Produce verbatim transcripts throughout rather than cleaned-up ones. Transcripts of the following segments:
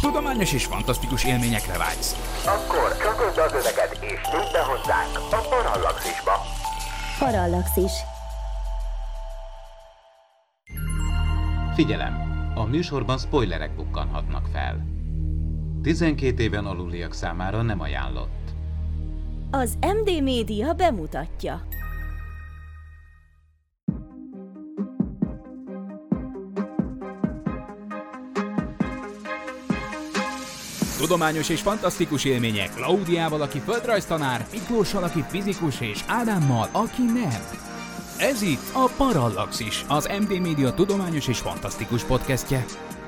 tudományos és fantasztikus élményekre vágysz. Akkor csatold az öveket és nyújt be hozzánk a Parallaxisba. Parallaxis. Figyelem! A műsorban spoilerek bukkanhatnak fel. tizenkét éven aluliak számára nem ajánlott. Az em dé Média bemutatja. Tudományos és fantasztikus élmények Klaudiával, aki földrajztanár, Miklóssal, aki fizikus, és Ádámmal, aki nem. Ez itt a Parallaxis, az em dé Média tudományos és fantasztikus podcastje.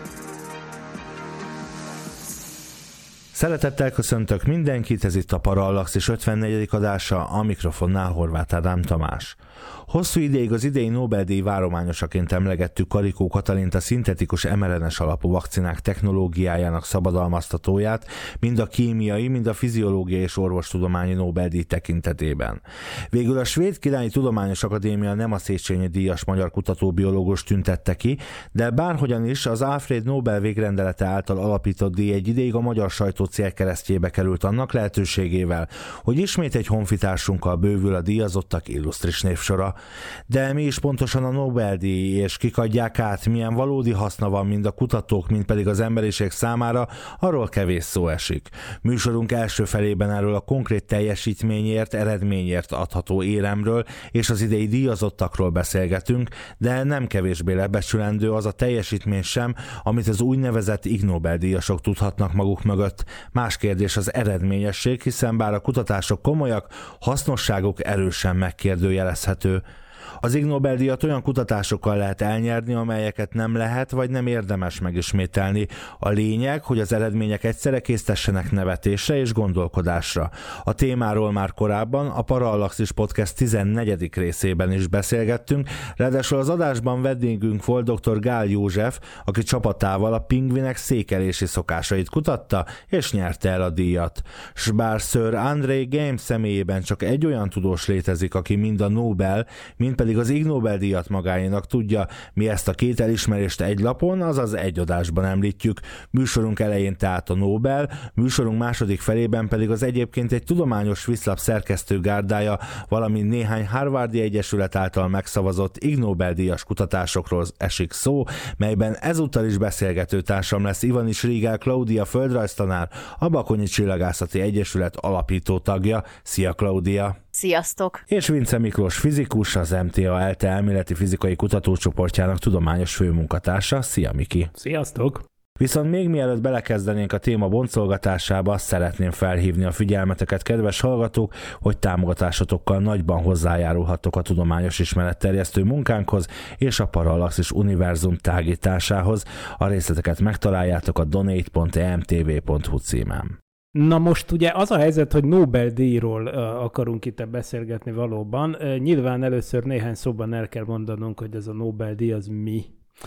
Szeretettel köszöntök mindenkit, ez itt a Parallaxis ötvennegyedik adása, a mikrofonnál Horváth Ádám Tamás. Hosszú ideig az idei Nobel-díj várományosaként emlegettük Karikó Katalint, a szintetikus em er en es alapú vakcinák technológiájának szabadalmaztatóját, mind a kémiai, mind a fiziológiai és orvostudományi Nobel-díj tekintetében. Végül a Svéd Királyi Tudományos Akadémia nem a Széchenyi díjas magyar kutatóbiológus tüntette ki, de bárhogyan is az Alfred Nobel végrendelete által alapított díj egy ideig a magyar sajtó célkeresztjébe került annak lehetőségével, hogy ismét egy honfitársunkkal bővül a díjazottak illusztris névsora. De mi is pontosan a Nobel-díj, és kik adják át, milyen valódi haszna van mind a kutatók, mind pedig az emberiség számára, arról kevés szó esik. Műsorunk első felében erről a konkrét teljesítményért, eredményért adható éremről és az idei díjazottakról beszélgetünk, de nem kevésbé lebecsülendő az a teljesítmény sem, amit az úgynevezett Ig Nobel-díjasok tudhatnak maguk mögött. Más kérdés az eredményesség, hiszen bár a kutatások komolyak, hasznosságuk erősen megkérdőjelezhető. Az Ig Nobel-díjat olyan kutatásokkal lehet elnyerni, amelyeket nem lehet vagy nem érdemes megismételni. A lényeg, hogy az eredmények egyszerre késztessenek nevetésre és gondolkodásra. A témáról már korábban a Parallaxis Podcast tizennegyedik részében is beszélgettünk, ráadásul az adásban vendégünk volt dr. Gál József, aki csapatával a pingvinek székelési szokásait kutatta és nyerte el a díjat. S bár Sir André Games személyében csak egy olyan tudós létezik, aki mind a Nobel, mind pedig az Ig Nobel-díjat magáénak tudja, mi ezt a két elismerést egy lapon, azaz egy adásban említjük. Műsorunk elején tehát a Nobel, műsorunk második felében pedig az egyébként egy tudományos viszlap szerkesztő gárdája, valamint néhány Harvardi Egyesület által megszavazott Ig Nobel-díjas kutatásokról esik szó, melyben ezúttal is beszélgető társam lesz Ivanis Rigel Klaudia földrajztanár, a Bakonyi Csillagászati Egyesület alapító tagja. Szia, Klaudia! Sziasztok! És Vince Miklós fizikus, az em té á ELTE elméleti fizikai kutatócsoportjának tudományos főmunkatársa. Szia, Miki! Sziasztok! Viszont még mielőtt belekezdenénk a téma boncolgatásába, szeretném felhívni a figyelmeteket, kedves hallgatók, hogy támogatásotokkal nagyban hozzájárulhattok a tudományos ismeretterjesztő munkánkhoz és a Parallaxis univerzum tágításához. A részleteket megtaláljátok a donate pont e m t v pont h u címen. Na most ugye az a helyzet, hogy Nobel-díjról uh, akarunk itt beszélgetni valóban. Uh, nyilván először néhány szóban el kell mondanunk, hogy ez a Nobel-díj az mi.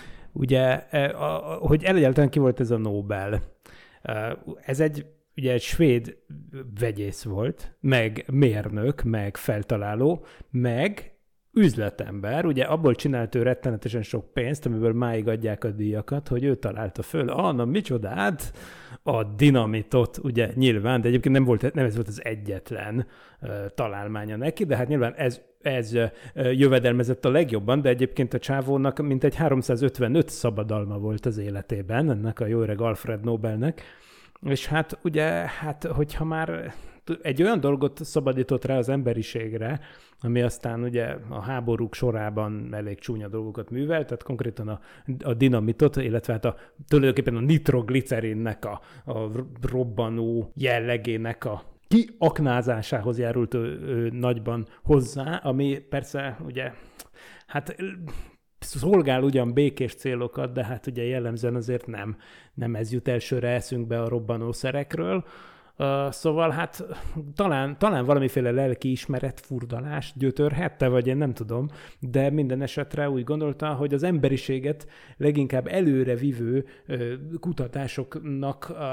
Ugye, uh, uh, hogy egyáltalán ki volt ez a Nobel? Uh, ez egy, ugye egy svéd vegyész volt, meg mérnök, meg feltaláló, meg üzletember, ugye abból csinált ő rettenetesen sok pénzt, amiből máig adják a díjakat, hogy ő találta föl, ah, na micsodát, a dinamitot, ugye nyilván, de egyébként nem, volt, nem ez volt az egyetlen uh, találmánya neki, de hát nyilván ez, ez uh, jövedelmezett a legjobban, de egyébként a csávónak mintegy háromszázötvenöt szabadalma volt az életében, ennek a jó öreg Alfred Nobelnek, és hát ugye, hát hogyha már egy olyan dolgot szabadított rá az emberiségre, ami aztán ugye a háborúk sorában elég csúnya dolgokat művelt, tehát konkrétan a, a dinamitot, illetve hát a, tulajdonképpen a nitroglicerinnek a, a robbanó jellegének a kiaknázásához járult ő, ő nagyban hozzá, ami persze ugye, hát szolgál ugyan békés célokat, de hát ugye jellemzően azért nem, nem ez jut elsőre eszünkbe a robbanószerekről. Uh, szóval hát talán, talán valamiféle lelki ismeret furdalást gyötörhette, vagy én nem tudom, de minden esetre úgy gondolta, hogy az emberiséget leginkább előre vívő uh, kutatásoknak uh,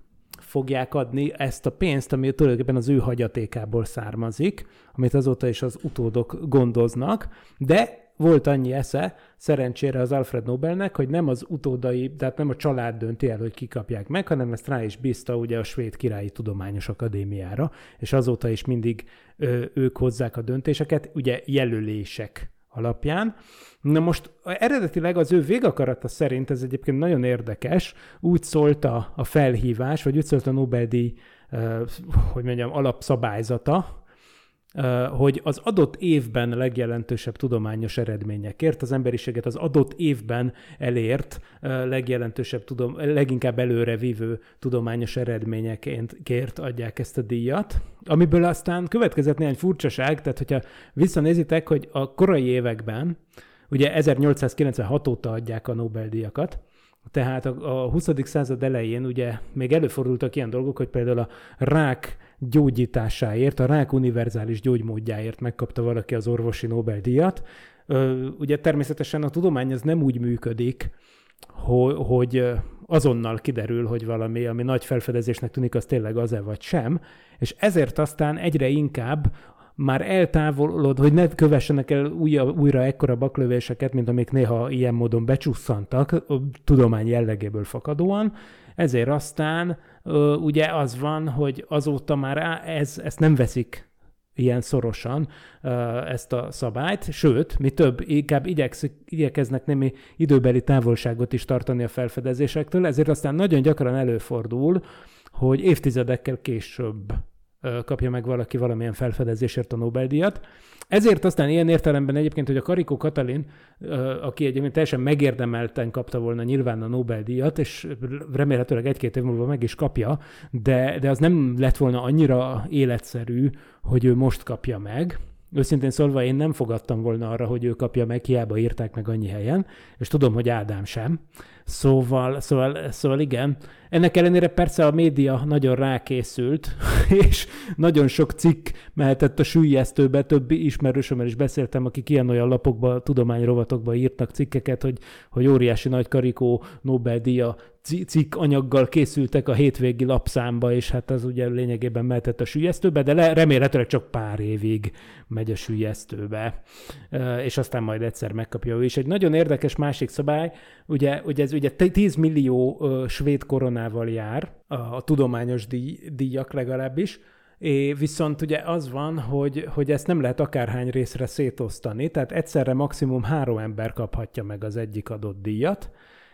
fogják adni ezt a pénzt, ami tulajdonképpen az ő hagyatékából származik, amit azóta is az utódok gondoznak, de volt annyi esze, szerencsére az Alfred Nobelnek, hogy nem az utódai, tehát nem a család dönti el, hogy kikapják meg, hanem ezt rá is bízta ugye a Svéd Királyi Tudományos Akadémiára, és azóta is mindig ö, ők hozzák a döntéseket, ugye jelölések alapján. Na most eredetileg az ő végakarata szerint, ez egyébként nagyon érdekes, úgy szólt a, a felhívás, vagy úgy szólt a Nobel-díj, uh, hogy mondjam, alapszabályzata, uh, hogy az adott évben legjelentősebb tudományos eredményekért az emberiséget az adott évben elért uh, legjelentősebb, tudom, leginkább előre vívő tudományos eredményekért adják ezt a díjat, amiből aztán következett néhány furcsaság, tehát hogyha visszanézitek, hogy a korai években, ugye ezernyolcszázkilencvenhat óta adják a Nobel-díjakat, tehát a, a huszadik század elején ugye még előfordultak ilyen dolgok, hogy például a rák gyógyításáért, a rák univerzális gyógymódjáért megkapta valaki az orvosi Nobel-díjat. Ugye természetesen a tudomány az nem úgy működik, hogy azonnal kiderül, hogy valami, ami nagy felfedezésnek tűnik, az tényleg az-e vagy sem, és ezért aztán egyre inkább már eltávolod, hogy ne kövessenek el újra, újra ekkora baklövéseket, mint amik néha ilyen módon becsusszantak, a tudomány jellegéből fakadóan. Ezért aztán ugye az van, hogy azóta már ez, ezt nem veszik ilyen szorosan ezt a szabályt, sőt, mi több, inkább igyekszik, igyekeznek némi időbeli távolságot is tartani a felfedezésektől, ezért aztán nagyon gyakran előfordul, hogy évtizedekkel később kapja meg valaki valamilyen felfedezésért a Nobel-díjat. Ezért aztán ilyen értelemben egyébként, hogy a Karikó Katalin, aki egyébként teljesen megérdemelten kapta volna nyilván a Nobel-díjat, és remélhetőleg egy-két év múlva meg is kapja, de, de az nem lett volna annyira életszerű, hogy ő most kapja meg. Őszintén szólva én nem fogadtam volna arra, hogy ő kapja meg, hiába írták meg annyi helyen, és tudom, hogy Ádám sem. Szóval, szóval, szóval igen. Ennek ellenére persze a média nagyon rákészült, és nagyon sok cikk mehetett a süllyesztőbe, több ismerősömmel is beszéltem, akik ilyen-olyan lapokba, tudományrovatokba írtak cikkeket, hogy, hogy óriási nagy Karikó Nobel-díja cikk anyaggal készültek a hétvégi lapszámba, és hát az ugye lényegében mehetett a süllyesztőbe, de le, remélhetőleg csak pár évig megy a süllyesztőbe, és aztán majd egyszer megkapja ő is. Egy nagyon érdekes másik szabály, ugye, ugye ez ugye tíz millió uh, svéd koronával jár, a, a tudományos díj, díjak legalábbis, é, viszont ugye az van, hogy, hogy ezt nem lehet akárhány részre szétosztani, tehát egyszerre maximum három ember kaphatja meg az egyik adott díjat,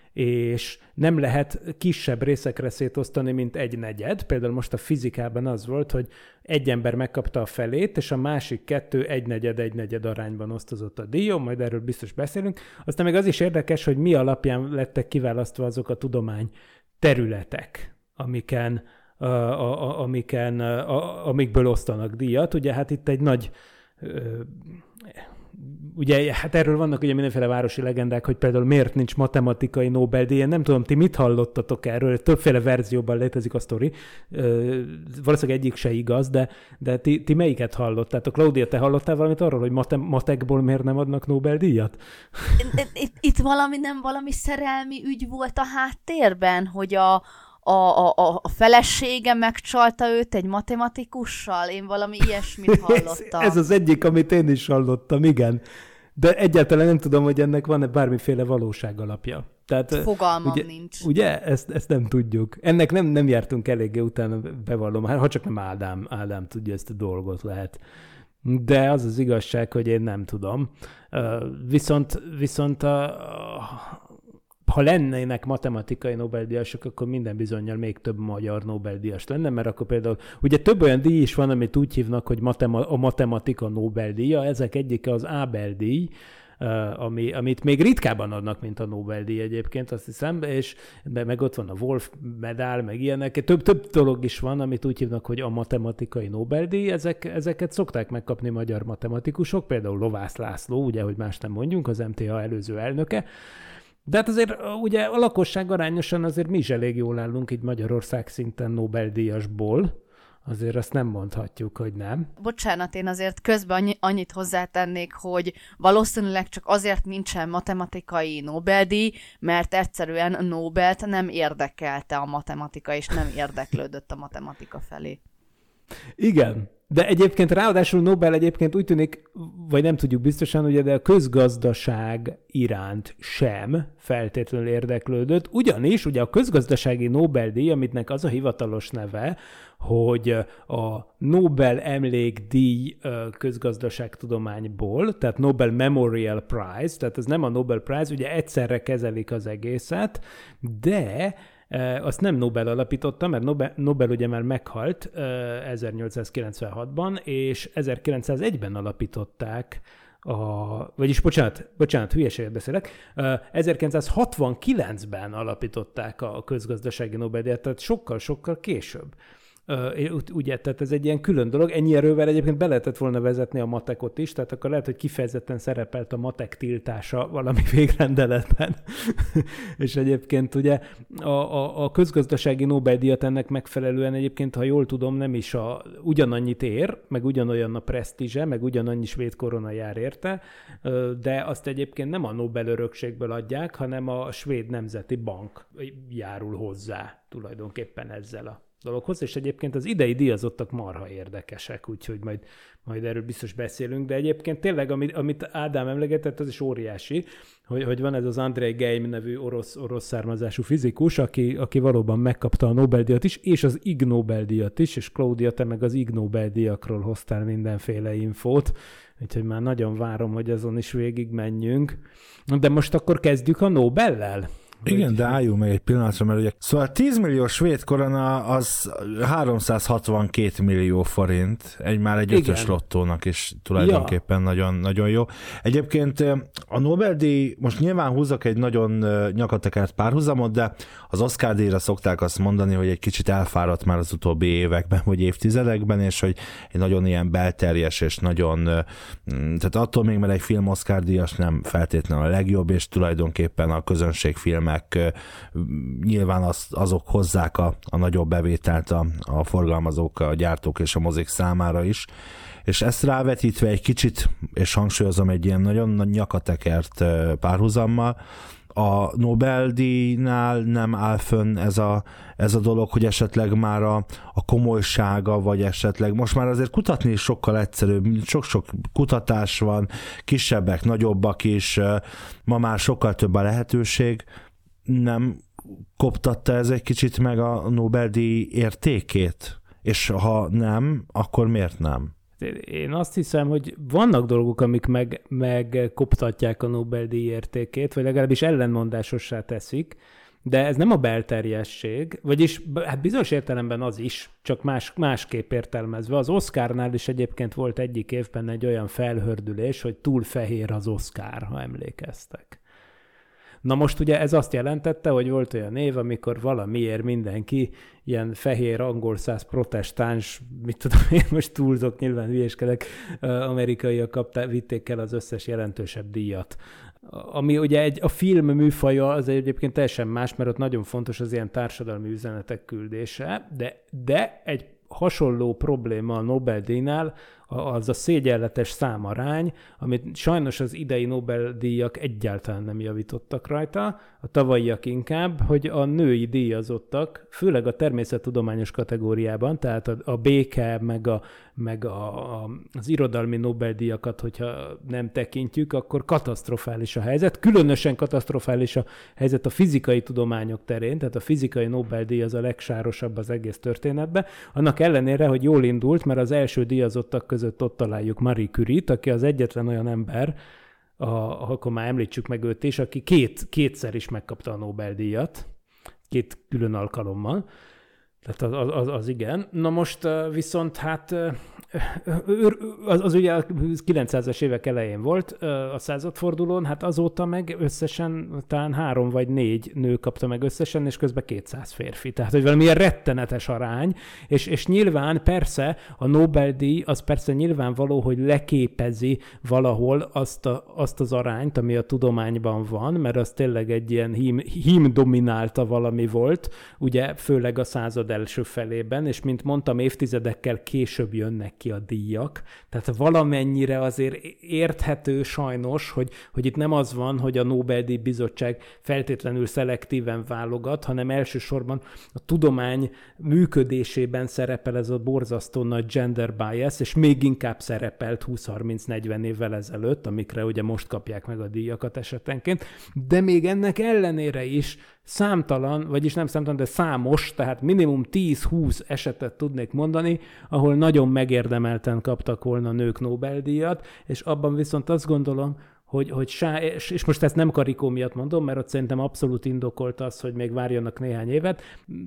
és nem lehet kisebb részekre szétosztani, mint egy negyed. Például most a fizikában az volt, hogy egy ember megkapta a felét, és a másik kettő egy negyed, egy negyed arányban osztozott a díjon, majd erről biztos beszélünk. Aztán még az is érdekes, hogy mi alapján lettek kiválasztva azok a tudomány területek, amiken, a, a, a, amiken, a, amikből osztanak díjat. Ugye hát itt egy nagy... Ugye, hát erről vannak ugye mindenféle városi legendák, hogy például miért nincs matematikai Nobel-díj. Én nem tudom, ti mit hallottatok erről, többféle verzióban létezik a sztori. Valószínűleg egyik se igaz, de, de ti, ti melyiket hallottátok? Klaudia, te hallottál valamit arról, hogy matem- matekból miért nem adnak Nobel-díjat? Itt, itt valami nem valami szerelmi ügy volt a háttérben, hogy a A, a, a felesége megcsalta őt egy matematikussal? Én valami ilyesmit hallottam. ez, ez az egyik, amit én is hallottam, igen. De egyáltalán nem tudom, hogy ennek van-e bármiféle valóság alapja. Tehát, fogalmam ugye, nincs. Ugye? Ezt, ezt nem tudjuk. Ennek nem, nem jártunk eléggé utána, bevallom, ha csak nem Ádám, Ádám tudja ezt a dolgot, lehet. De az az igazság, hogy én nem tudom. Viszont, viszont a, a ha lennének matematikai Nobel-díjasok, akkor minden bizonnyal még több magyar Nobel-díjas lenne, mert akkor például, ugye több olyan díj is van, amit úgy hívnak, hogy matema- a matematika Nobel-díja, ezek egyike az Abel-díj, ami, amit még ritkában adnak, mint a Nobel-díj egyébként, azt hiszem, és meg ott van a Wolf medál, meg ilyenek. Több, több dolog is van, amit úgy hívnak, hogy a matematikai Nobel-díj, ezek, ezeket szokták megkapni magyar matematikusok, például Lovász László, ugye, hogy más nem mondjunk, az em té há előző elnöke. De hát azért ugye a lakosság arányosan azért mi is elég jól állunk így Magyarország szinten Nobel-díjasból. Azért azt nem mondhatjuk, hogy nem. Bocsánat, én azért közben annyi, annyit hozzátennék, hogy valószínűleg csak azért nincsen matematikai Nobel-díj, mert egyszerűen Nobelt nem érdekelte a matematika, és nem érdeklődött a matematika felé. Igen. De egyébként ráadásul Nobel egyébként úgy tűnik, vagy nem tudjuk biztosan, ugye, de a közgazdaság iránt sem feltétlenül érdeklődött, ugyanis ugye a közgazdasági Nobel-díj, amitnek az a hivatalos neve, hogy a Nobel emlékdíj közgazdaságtudományból, tehát Nobel Memorial Prize, tehát ez nem a Nobel Prize, ugye egyszerre kezelik az egészet, de azt nem Nobel alapította, mert Nobel, Nobel ugye már meghalt ezernyolcszázkilencvenhatban, és ezerkilencszázegyben alapították a, vagyis bocsánat, bocsánat, hülyeséget beszélek, ezerkilencszázhatvankilencben alapították a közgazdasági Nobel-díjat, tehát sokkal-sokkal később. Ugye, tehát ez egy ilyen külön dolog. Ennyi erővel egyébként be lehetett volna vezetni a matekot is, tehát akkor lehet, hogy kifejezetten szerepelt a matek tiltása valami végrendeletben. És egyébként ugye a, a, a közgazdasági Nobel-díjat ennek megfelelően egyébként, ha jól tudom, nem is a, ugyanannyit ér, meg ugyanolyan a presztízse, meg ugyanannyi svéd korona jár érte, de azt egyébként nem a Nobel örökségből adják, hanem a Svéd Nemzeti Bank járul hozzá tulajdonképpen ezzel a dologhoz, és egyébként az idei díjazottak marha érdekesek, úgyhogy majd, majd erről biztos beszélünk, de egyébként tényleg, amit, amit Ádám emlegetett, az is óriási, hogy, hogy van ez az Andrei Geim nevű orosz, orosz származású fizikus, aki, aki valóban megkapta a Nobel-díjat is, és az Ig Nobel-díjat is, és Claudia, te meg az Ig Nobel-díjakról hoztál mindenféle infót, úgyhogy már nagyon várom, hogy azon is végig menjünk. De most akkor kezdjük a Nobellel? Igen, de álljunk meg egy pillanatra, mert ugye, szóval tíz millió svéd korona az háromszázhatvankét millió forint, egy már egy igen. ötös lottónak is tulajdonképpen ja. nagyon, nagyon jó. Egyébként a Nobel-díj, most nyilván húzok egy nagyon nyakatekert párhuzamot, de az Oscar-díjra szokták azt mondani, hogy egy kicsit elfáradt már az utóbbi években, vagy évtizedekben, és hogy egy nagyon ilyen belterjes, és nagyon, tehát attól még, mert egy film Oscar-díjas nem feltétlenül a legjobb, és tulajdonképpen a közönségfilm meg nyilván az, azok hozzák a, a nagyobb bevételt a, a forgalmazók, a gyártók és a mozik számára is. És ezt rávetítve egy kicsit, és hangsúlyozom egy ilyen nagyon nagy nyakatekert párhuzammal, a Nobel-díjnál nem áll fönn ez a, ez a dolog, hogy esetleg már a, a komolysága, vagy esetleg most már azért kutatni is sokkal egyszerűbb, sok-sok kutatás van, kisebbek, nagyobbak is, ma már sokkal több a lehetőség. Nem koptatta ez egy kicsit meg a Nobel-díj értékét? És ha nem, akkor miért nem? Én azt hiszem, hogy vannak dolgok, amik meg, meg koptatják a Nobel-díj értékét, vagy legalábbis ellenmondásossá teszik, de ez nem a belterjesség, vagyis hát bizonyos értelemben az is, csak más, másképp értelmezve. Az Oscarnál is egyébként volt egyik évben egy olyan felhördülés, hogy túl fehér az Oscar, ha emlékeztek. Na most ugye ez azt jelentette, hogy volt olyan év, amikor valamiért mindenki ilyen fehér, angol száz protestáns, mit tudom én, most túlzok, nyilván hülyéskedek, amerikaiak kapták, vitték el az összes jelentősebb díjat. Ami ugye egy, a film műfaja az egyébként teljesen más, mert ott nagyon fontos az ilyen társadalmi üzenetek küldése, de, de egy hasonló probléma a Nobel-díjnál az a szégyenletes számarány, amit sajnos az idei Nobel-díjak egyáltalán nem javítottak rajta, a tavalyiak inkább, hogy a női díjazottak, főleg a természettudományos kategóriában, tehát a, a béke, meg, a, meg a, a, az irodalmi Nobel-díjakat, hogyha nem tekintjük, akkor katasztrofális a helyzet. Különösen katasztrofális a helyzet a fizikai tudományok terén, tehát a fizikai Nobel-díj az a legsárosabb az egész történetben. Annak ellenére, hogy jól indult, mert az első díjazottak között ott találjuk Marie Curie-t, aki az egyetlen olyan ember, a, akkor már említsük meg őt is, aki két, kétszer is megkapta a Nobel-díjat, két külön alkalommal. Tehát az, az, az igen. Na most viszont hát az, az ugye a kilencszázas évek elején volt a századfordulón, hát azóta meg összesen talán három vagy négy nő kapta meg összesen, és közben kétszáz férfi. Tehát, hogy valamilyen rettenetes arány, és, és nyilván persze a Nobel-díj az persze nyilvánvaló, hogy leképezi valahol azt, a, azt az arányt, ami a tudományban van, mert az tényleg egy ilyen hím, hím dominálta valami volt, ugye főleg a század évszázad első felében, és mint mondtam, évtizedekkel később jönnek ki a díjak. Tehát valamennyire azért érthető sajnos, hogy, hogy itt nem az van, hogy a Nobel-díj bizottság feltétlenül szelektíven válogat, hanem elsősorban a tudomány működésében szerepel ez a borzasztó nagy gender bias, és még inkább szerepelt húsz-harminc-negyven évvel ezelőtt, amikre ugye most kapják meg a díjakat esetenként, de még ennek ellenére is számtalan, vagyis nem számtalan, de számos, tehát minimum tíz-húsz esetet tudnék mondani, ahol nagyon megérdemelten kaptak volna nők Nobel-díjat, és abban viszont azt gondolom, hogy, hogy sá, és most ezt nem karikó miatt mondom, mert ott szerintem abszolút indokolt az, hogy még várjanak néhány évet,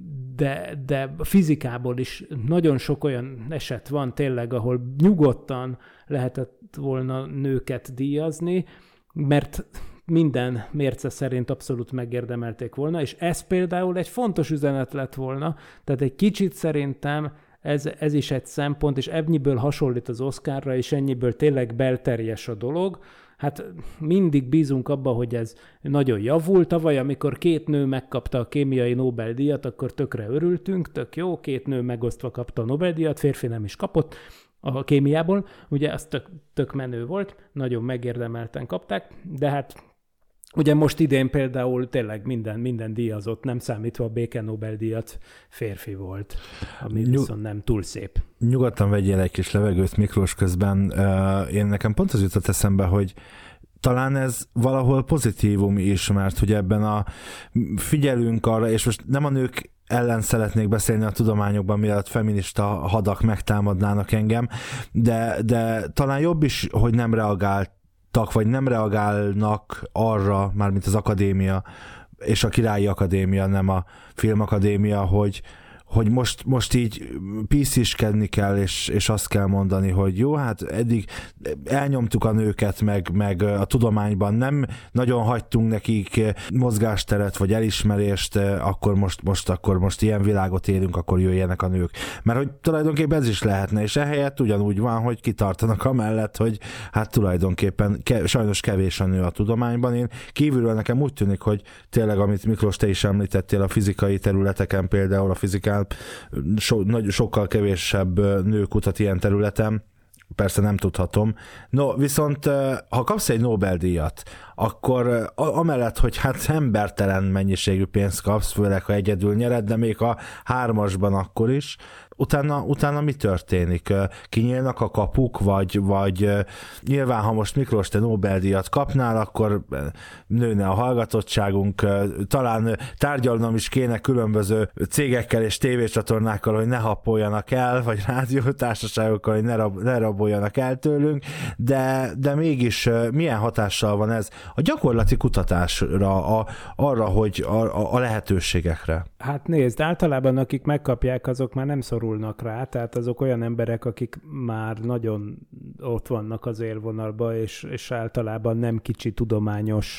de, de fizikából is nagyon sok olyan eset van tényleg, ahol nyugodtan lehetett volna nőket díjazni, mert minden mérce szerint abszolút megérdemelték volna, és ez például egy fontos üzenet lett volna, tehát egy kicsit szerintem ez, ez is egy szempont, és ennyiből hasonlít az Oscarra, és ennyiből tényleg belterjes a dolog. Hát mindig bízunk abba, hogy ez nagyon javult. Tavaly, amikor két nő megkapta a kémiai Nobel-díjat, akkor tökre örültünk, tök jó, két nő megosztva kapta a Nobel-díjat, férfi nem is kapott a kémiából, ugye az tök, tök menő volt, nagyon megérdemelten kapták, de hát ugye most idén például tényleg minden, minden díjazott, nem számítva a béke Nobel-díjat, férfi volt, ami Nyug... viszont nem túl szép. Nyugodtan vegyél egy kis levegőt, Miklós, közben. Én nekem pont az jutott eszembe, hogy talán ez valahol pozitívum is, mert hogy ebben a figyelünk arra, és most nem a nők ellen szeretnék beszélni a tudományokban, mielőtt feminista hadak megtámadnának engem, de, de talán jobb is, hogy nem reagált vagy nem reagálnak arra, mármint az akadémia, és a Királyi Akadémia, nem a Filmakadémia, hogy, hogy most, most így pisziskedni kell, és, és azt kell mondani, hogy jó, hát eddig elnyomtuk a nőket, meg, meg a tudományban nem nagyon hagytunk nekik mozgásteret, vagy elismerést, akkor most, most, akkor most ilyen világot élünk, akkor jöjjenek a nők. Mert hogy tulajdonképpen ez is lehetne, és ehelyett ugyanúgy van, hogy kitartanak amellett, hogy hát tulajdonképpen ke, sajnos kevés a nő a tudományban. Én kívülről nekem úgy tűnik, hogy tényleg, amit Miklós, te is említettél, a fizikai területeken, például a fizikán So, nagy, sokkal kevésebb nő kutat ilyen területen, persze nem tudhatom. No, viszont ha kapsz egy Nobel-díjat, akkor amellett, hogy hát embertelen mennyiségű pénzt kapsz, főleg ha egyedül nyered, de még a hármasban akkor is, utána, utána mi történik? Kinyílnak a kapuk, vagy, vagy nyilván, ha most Miklós, te Nobel-díjat kapnál, akkor nőne a hallgatottságunk, talán tárgyalnom is kéne különböző cégekkel és tévécsatornákkal, hogy ne happoljanak el, vagy rádiótársaságokkal, hogy ne, rab, ne raboljanak el tőlünk, de, de mégis milyen hatással van ez a gyakorlati kutatásra, a, arra, hogy a, a lehetőségekre? Hát nézd, általában akik megkapják, azok már nem szorulnak rá, tehát azok olyan emberek, akik már nagyon ott vannak az élvonalba, és, és általában nem kicsi tudományos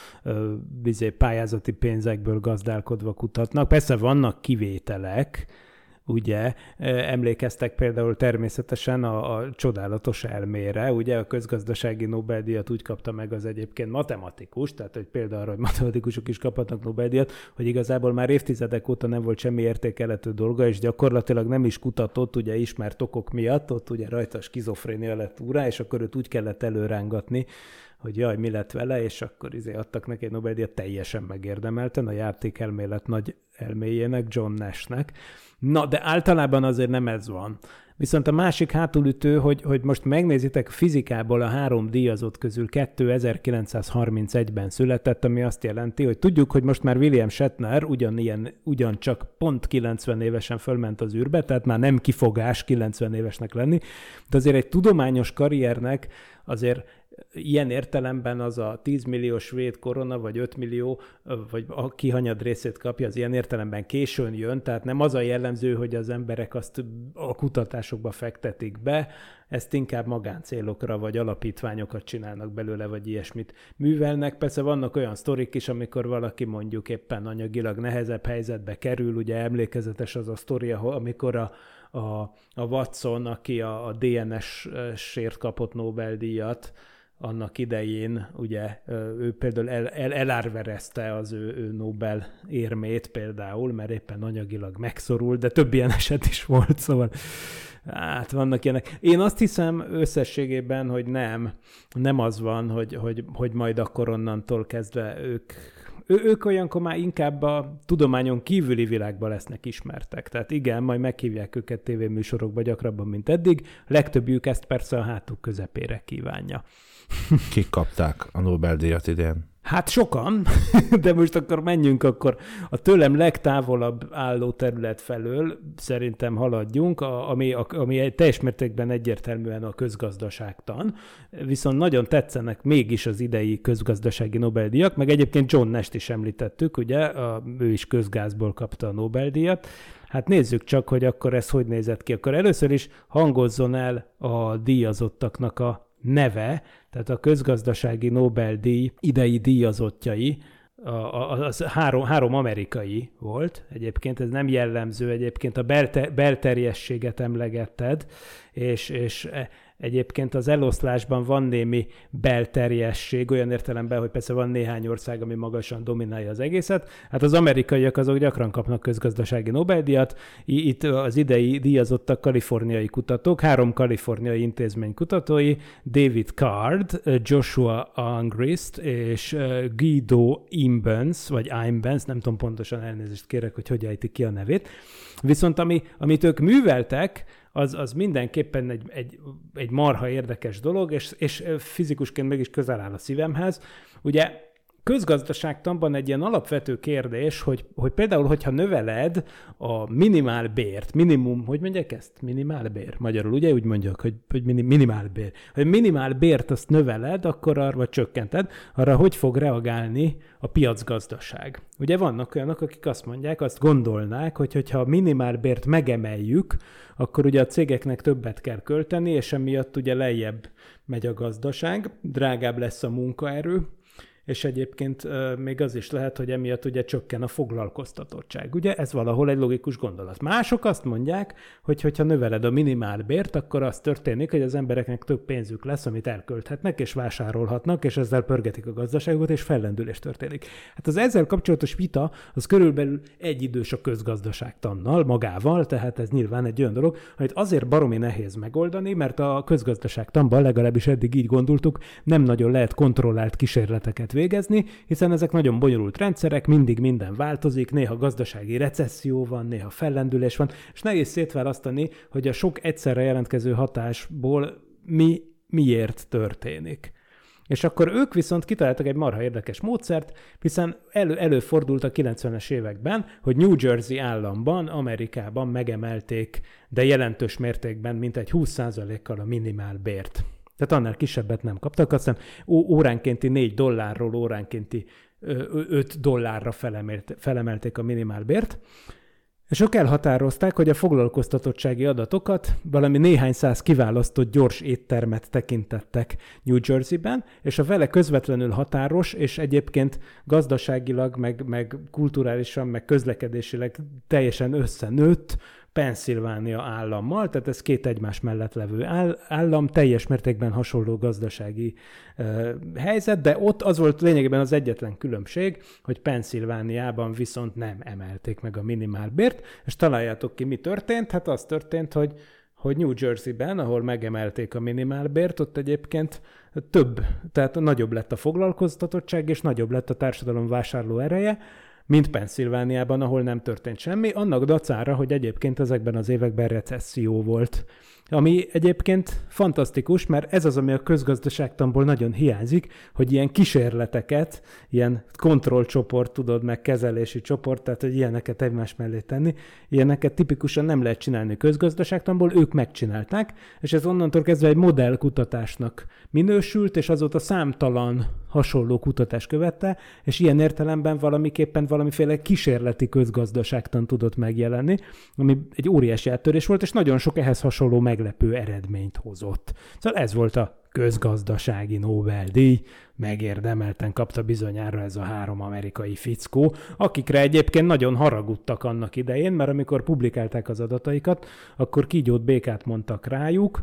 bizé, pályázati pénzekből gazdálkodva kutatnak. Persze vannak kivételek, ugye, emlékeztek például természetesen a, a csodálatos elmére, ugye a közgazdasági Nobel-díjat úgy kapta meg az egyébként matematikus, tehát hogy például arra, hogy matematikusok is kaphatnak Nobel-díjat, hogy igazából már évtizedek óta nem volt semmi értékelhető dolga, és gyakorlatilag nem is kutatott, ugye ismert okok miatt, ott ugye rajta a skizofrénia lett úrá, és akkor őt úgy kellett előrángatni, hogy jaj, mi lett vele, és akkor izé adtak neki egy Nobel-díjat teljesen megérdemelten, a játékelmélet nagy elméjének, John Nashnek. Na, de általában azért nem ez van. Viszont a másik hátulütő, hogy, hogy most megnézitek, fizikából a három díjazott közül kettő ezerkilencszázharmincegyben született, ami azt jelenti, hogy tudjuk, hogy most már William Shatner ugyanilyen, ugyancsak pont kilencven évesen fölment az űrbe, tehát már nem kifogás kilencven évesnek lenni, de azért egy tudományos karriernek azért ilyen értelemben az a tíz millió svéd korona, vagy öt millió, vagy a kihanyad részét kapja, az ilyen értelemben későn jön, tehát nem az a jellemző, hogy az emberek azt a kutatásokba fektetik be, ezt inkább magáncélokra, vagy alapítványokat csinálnak belőle, vagy ilyesmit művelnek. Persze vannak olyan sztorik is, amikor valaki mondjuk éppen anyagilag nehezebb helyzetbe kerül, ugye emlékezetes az a sztori, amikor a A, a Watson, aki a, a dé en es-sért kapott Nobel-díjat, annak idején, ugye ő például el, el, elárverezte az ő, ő Nobel érmét például, mert éppen anyagilag megszorult, de több ilyen eset is volt, szóval hát vannak ilyenek. Én azt hiszem összességében, hogy nem, nem az van, hogy, hogy, hogy majd akkor onnantól kezdve ők Ő, ők olyankor már inkább a tudományon kívüli világban lesznek ismertek. Tehát igen, majd meghívják őket tévéműsorokba gyakrabban, mint eddig. Legtöbbjük ezt persze a hátuk közepére kívánja. Kik kapták a Nobel-díjat idén? Hát sokan, de most akkor menjünk akkor a tőlem legtávolabb álló terület felől, szerintem haladjunk, a, ami, a, ami teljes mértékben egyértelműen a közgazdaságtan, viszont nagyon tetszenek mégis az idei közgazdasági Nobel-díjak, meg egyébként John Nash-t is említettük, ugye, a, ő is közgázból kapta a Nobel-díjat. Hát nézzük csak, hogy akkor ez hogy nézett ki. Akkor először is hangozzon el a díjazottaknak a neve, tehát a közgazdasági Nobel-díj idei díjazottjai, az három, három amerikai volt egyébként, ez nem jellemző, egyébként a belte, belterjességet emlegetted, és, és egyébként az eloszlásban van némi belterjesség, olyan értelemben, hogy persze van néhány ország, ami magasan dominálja az egészet. Hát az amerikaiak azok gyakran kapnak közgazdasági Nobel-díjat. Itt az idei díjazottak kaliforniai kutatók, három kaliforniai intézmény kutatói, David Card, Joshua Angrist és Guido Imbens, vagy Imbens, nem tudom pontosan, elnézést kérek, hogy hogy ejtik ki a nevét. Viszont ami, amit ők műveltek, az, az mindenképpen egy, egy, egy marha érdekes dolog, és, és fizikusként meg is közel áll a szívemhez. Ugye közgazdaságtanban egy ilyen alapvető kérdés, hogy, hogy például, hogyha növeled a minimálbért, minimum, hogy mondják ezt? Minimálbér? Magyarul ugye úgy mondják, hogy, hogy minimálbér. Hogy minimálbért azt növeled, akkor arra, vagy csökkented, arra hogy fog reagálni a piacgazdaság. Ugye vannak olyanok, akik azt mondják, azt gondolnák, hogy hogyha a minimálbért megemeljük, akkor ugye a cégeknek többet kell költeni, és emiatt ugye lejjebb megy a gazdaság, drágább lesz a munkaerő, és egyébként euh, még az is lehet, hogy emiatt ugye csökken a foglalkoztatottság. Ugye ez valahol egy logikus gondolat. Mások azt mondják, hogy hogyha növeled a minimálbért, akkor az történik, hogy az embereknek több pénzük lesz, amit elkölthetnek, és vásárolhatnak, és ezzel pörgetik a gazdaságot, és fellendülés történik. Hát az ezzel kapcsolatos vita, az körülbelül egyidős a közgazdaságtannal, magával, tehát ez nyilván egy olyan dolog, amit azért baromi nehéz megoldani, mert a közgazdaságtanban, legalábbis eddig így gondoltuk, nem nagyon lehet kontrollált kísérleteket végezni, hiszen ezek nagyon bonyolult rendszerek, mindig minden változik, néha gazdasági recesszió van, néha fellendülés van, és nehéz szétválasztani, hogy a sok egyszerre jelentkező hatásból mi miért történik. És akkor ők viszont kitaláltak egy marha érdekes módszert, hiszen elő, előfordult a kilencvenes években, hogy New Jersey államban, Amerikában megemelték, de jelentős mértékben, mintegy húsz százalékkal a minimálbért. Tehát annál kisebbet nem kaptak, azt hiszem óránkénti négy dollárról óránkénti öt dollárra felemelt, felemelték a minimálbért, és ők elhatározták, hogy a foglalkoztatottsági adatokat valami néhány száz kiválasztott gyors éttermet tekintettek New Jersey-ben, és a vele közvetlenül határos, és egyébként gazdaságilag, meg, meg kulturálisan, meg közlekedésileg teljesen összenőtt Pennsylvania állammal, tehát ez két egymás mellett levő állam, teljes mértékben hasonló gazdasági uh, helyzet, de ott az volt lényegében az egyetlen különbség, hogy Pennsylvaniában viszont nem emelték meg a minimálbért, és találjátok ki, mi történt? Hát az történt, hogy, hogy New Jersey-ben, ahol megemelték a minimálbért, ott egyébként több, tehát nagyobb lett a foglalkoztatottság, és nagyobb lett a társadalom vásárló ereje, mint Pennsylvaniában, ahol nem történt semmi, annak dacára, hogy egyébként ezekben az években recesszió volt. Ami egyébként fantasztikus, mert ez az, ami a közgazdaságtanból nagyon hiányzik, hogy ilyen kísérleteket, ilyen kontrollcsoport, tudod, meg kezelési csoport, tehát hogy ilyeneket egymás mellé tenni, ilyeneket tipikusan nem lehet csinálni közgazdaságtanból, ők megcsinálták, és ez onnantól kezdve egy modellkutatásnak minősült, és azóta számtalan hasonló kutatás követte, és ilyen értelemben valamiképpen valamiféle kísérleti közgazdaságtan tudott megjelenni, ami egy óriási áttörés volt, és nagyon sok ehhez hasonló meglepő eredményt hozott. Szóval ez volt a közgazdasági Nobel-díj, megérdemelten kapta bizonyára ez a három amerikai fickó, akikre egyébként nagyon haragudtak annak idején, mert amikor publikálták az adataikat, akkor kígyót békát mondtak rájuk,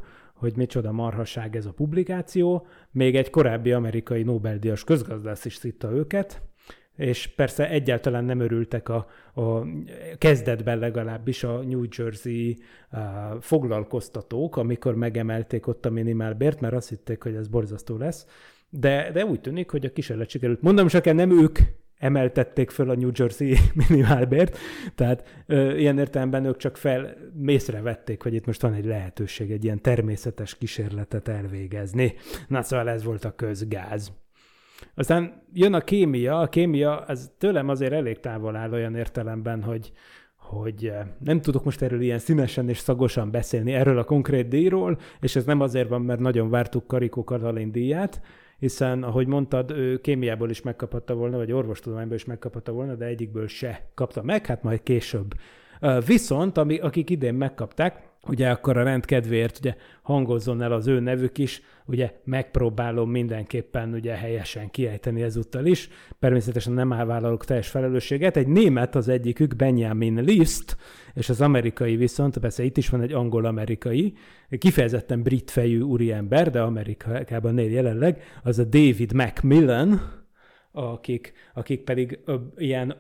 hogy micsoda marhaság ez a publikáció. Még egy korábbi amerikai Nobel-díjas közgazdász is szitta őket, és persze egyáltalán nem örültek a, a kezdetben legalábbis a New Jersey uh, foglalkoztatók, amikor megemelték ott a minimálbért, mert azt hitték, hogy ez borzasztó lesz. De, de úgy tűnik, hogy a kísérlet sikerült. Mondom, csak nem ők emeltették föl a New Jersey minimálbért, tehát ö, ilyen értelemben ők csak fel észrevették, hogy itt most van egy lehetőség egy ilyen természetes kísérletet elvégezni. Na szóval ez volt a közgáz. Aztán jön a kémia. A kémia az tőlem azért elég távol áll olyan értelemben, hogy, hogy nem tudok most erről ilyen színesen és szagosan beszélni erről a konkrét díjról, és ez nem azért van, mert nagyon vártuk Karikó Katalin díját, hiszen, ahogy mondtad, ő kémiából is megkaphatta volna, vagy orvostudományból is megkaphatta volna, de egyikből se kapta meg, hát majd később. Viszont, ami, akik idén megkapták, ugye akkor a rend kedvéért ugye hangozzon el az ő nevük is, ugye megpróbálom mindenképpen ugye helyesen kiejteni ezúttal is. Természetesen nem vállalok teljes felelősséget. Egy német az egyikük, Benjamin List, és az amerikai viszont, persze itt is van egy angol-amerikai, kifejezetten brit fejű úriember, de Amerikában él jelenleg, az a David Macmillan, akik, akik pedig ö, ilyen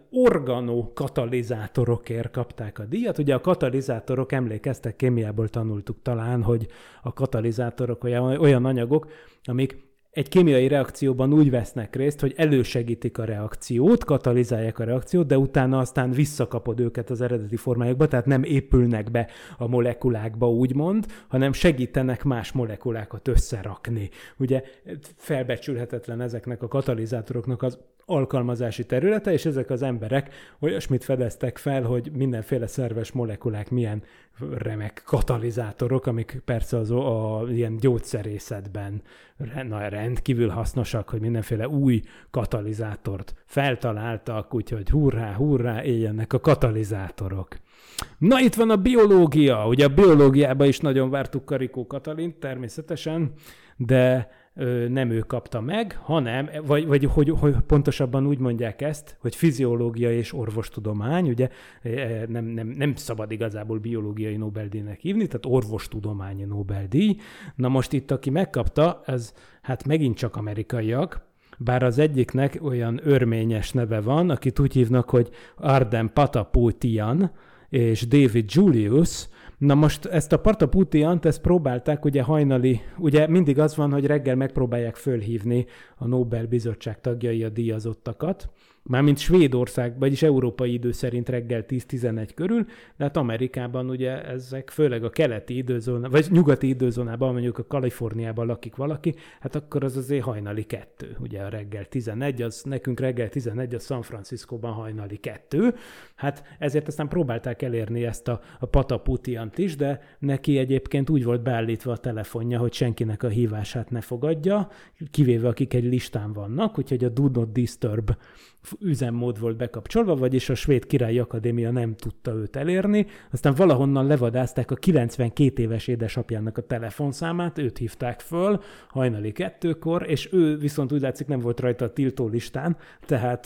organokatalizátorokért kapták a díjat. Ugye a katalizátorok, emlékeztek, kémiából tanultuk talán, hogy a katalizátorok olyan, olyan anyagok, amik egy kémiai reakcióban úgy vesznek részt, hogy elősegítik a reakciót, katalizálják a reakciót, de utána aztán visszakapod őket az eredeti formájukba, tehát nem épülnek be a molekulákba, úgymond, hanem segítenek más molekulákat összerakni. Ugye felbecsülhetetlen ezeknek a katalizátoroknak az alkalmazási területe, és ezek az emberek olyasmit fedeztek fel, hogy mindenféle szerves molekulák milyen remek katalizátorok, amik persze az a, a ilyen gyógyszerészetben na, rendkívül hasznosak, hogy mindenféle új katalizátort feltaláltak, úgyhogy hurrá, hurrá, éljenek a katalizátorok. Na, itt van a biológia. Ugye a biológiában is nagyon vártuk Karikó Katalint, természetesen, de ö, nem ő kapta meg, hanem, vagy, vagy hogy, hogy pontosabban úgy mondják ezt, hogy fiziológia és orvostudomány, ugye nem, nem, nem szabad igazából biológiai Nobel-díjnek hívni, tehát orvostudományi Nobel-díj. Na most itt, aki megkapta, az hát megint csak amerikaiak, bár az egyiknek olyan örményes neve van, akit úgy hívnak, hogy Ardem Pataputian és David Julius. Na most ezt a Pataputiant, ezt próbálták ugye hajnali, ugye mindig az van, hogy reggel megpróbálják fölhívni a Nobel-bizottság tagjai a díjazottakat, mármint Svédország, vagyis európai idő szerint reggel tíz-tizenegy körül, de hát Amerikában ugye ezek főleg a keleti időzónában, vagy nyugati időzónában, mondjuk a Kaliforniában lakik valaki, hát akkor az azért hajnali kettő. Ugye a reggel tizenegy, az nekünk reggel tizenegy, a San Franciscóban hajnali kettő. Hát ezért aztán próbálták elérni ezt a, a Pataputiant is, de neki egyébként úgy volt beállítva a telefonja, hogy senkinek a hívását ne fogadja, kivéve akik egy listán vannak, úgyhogy a Do Not Disturb üzemmód volt bekapcsolva, vagyis a Svéd Királyi Akadémia nem tudta őt elérni, aztán valahonnan levadázták a kilencvenkét éves édesapjának a telefonszámát, őt hívták föl hajnali kettőkor, és ő viszont úgy látszik nem volt rajta a tiltó listán, tehát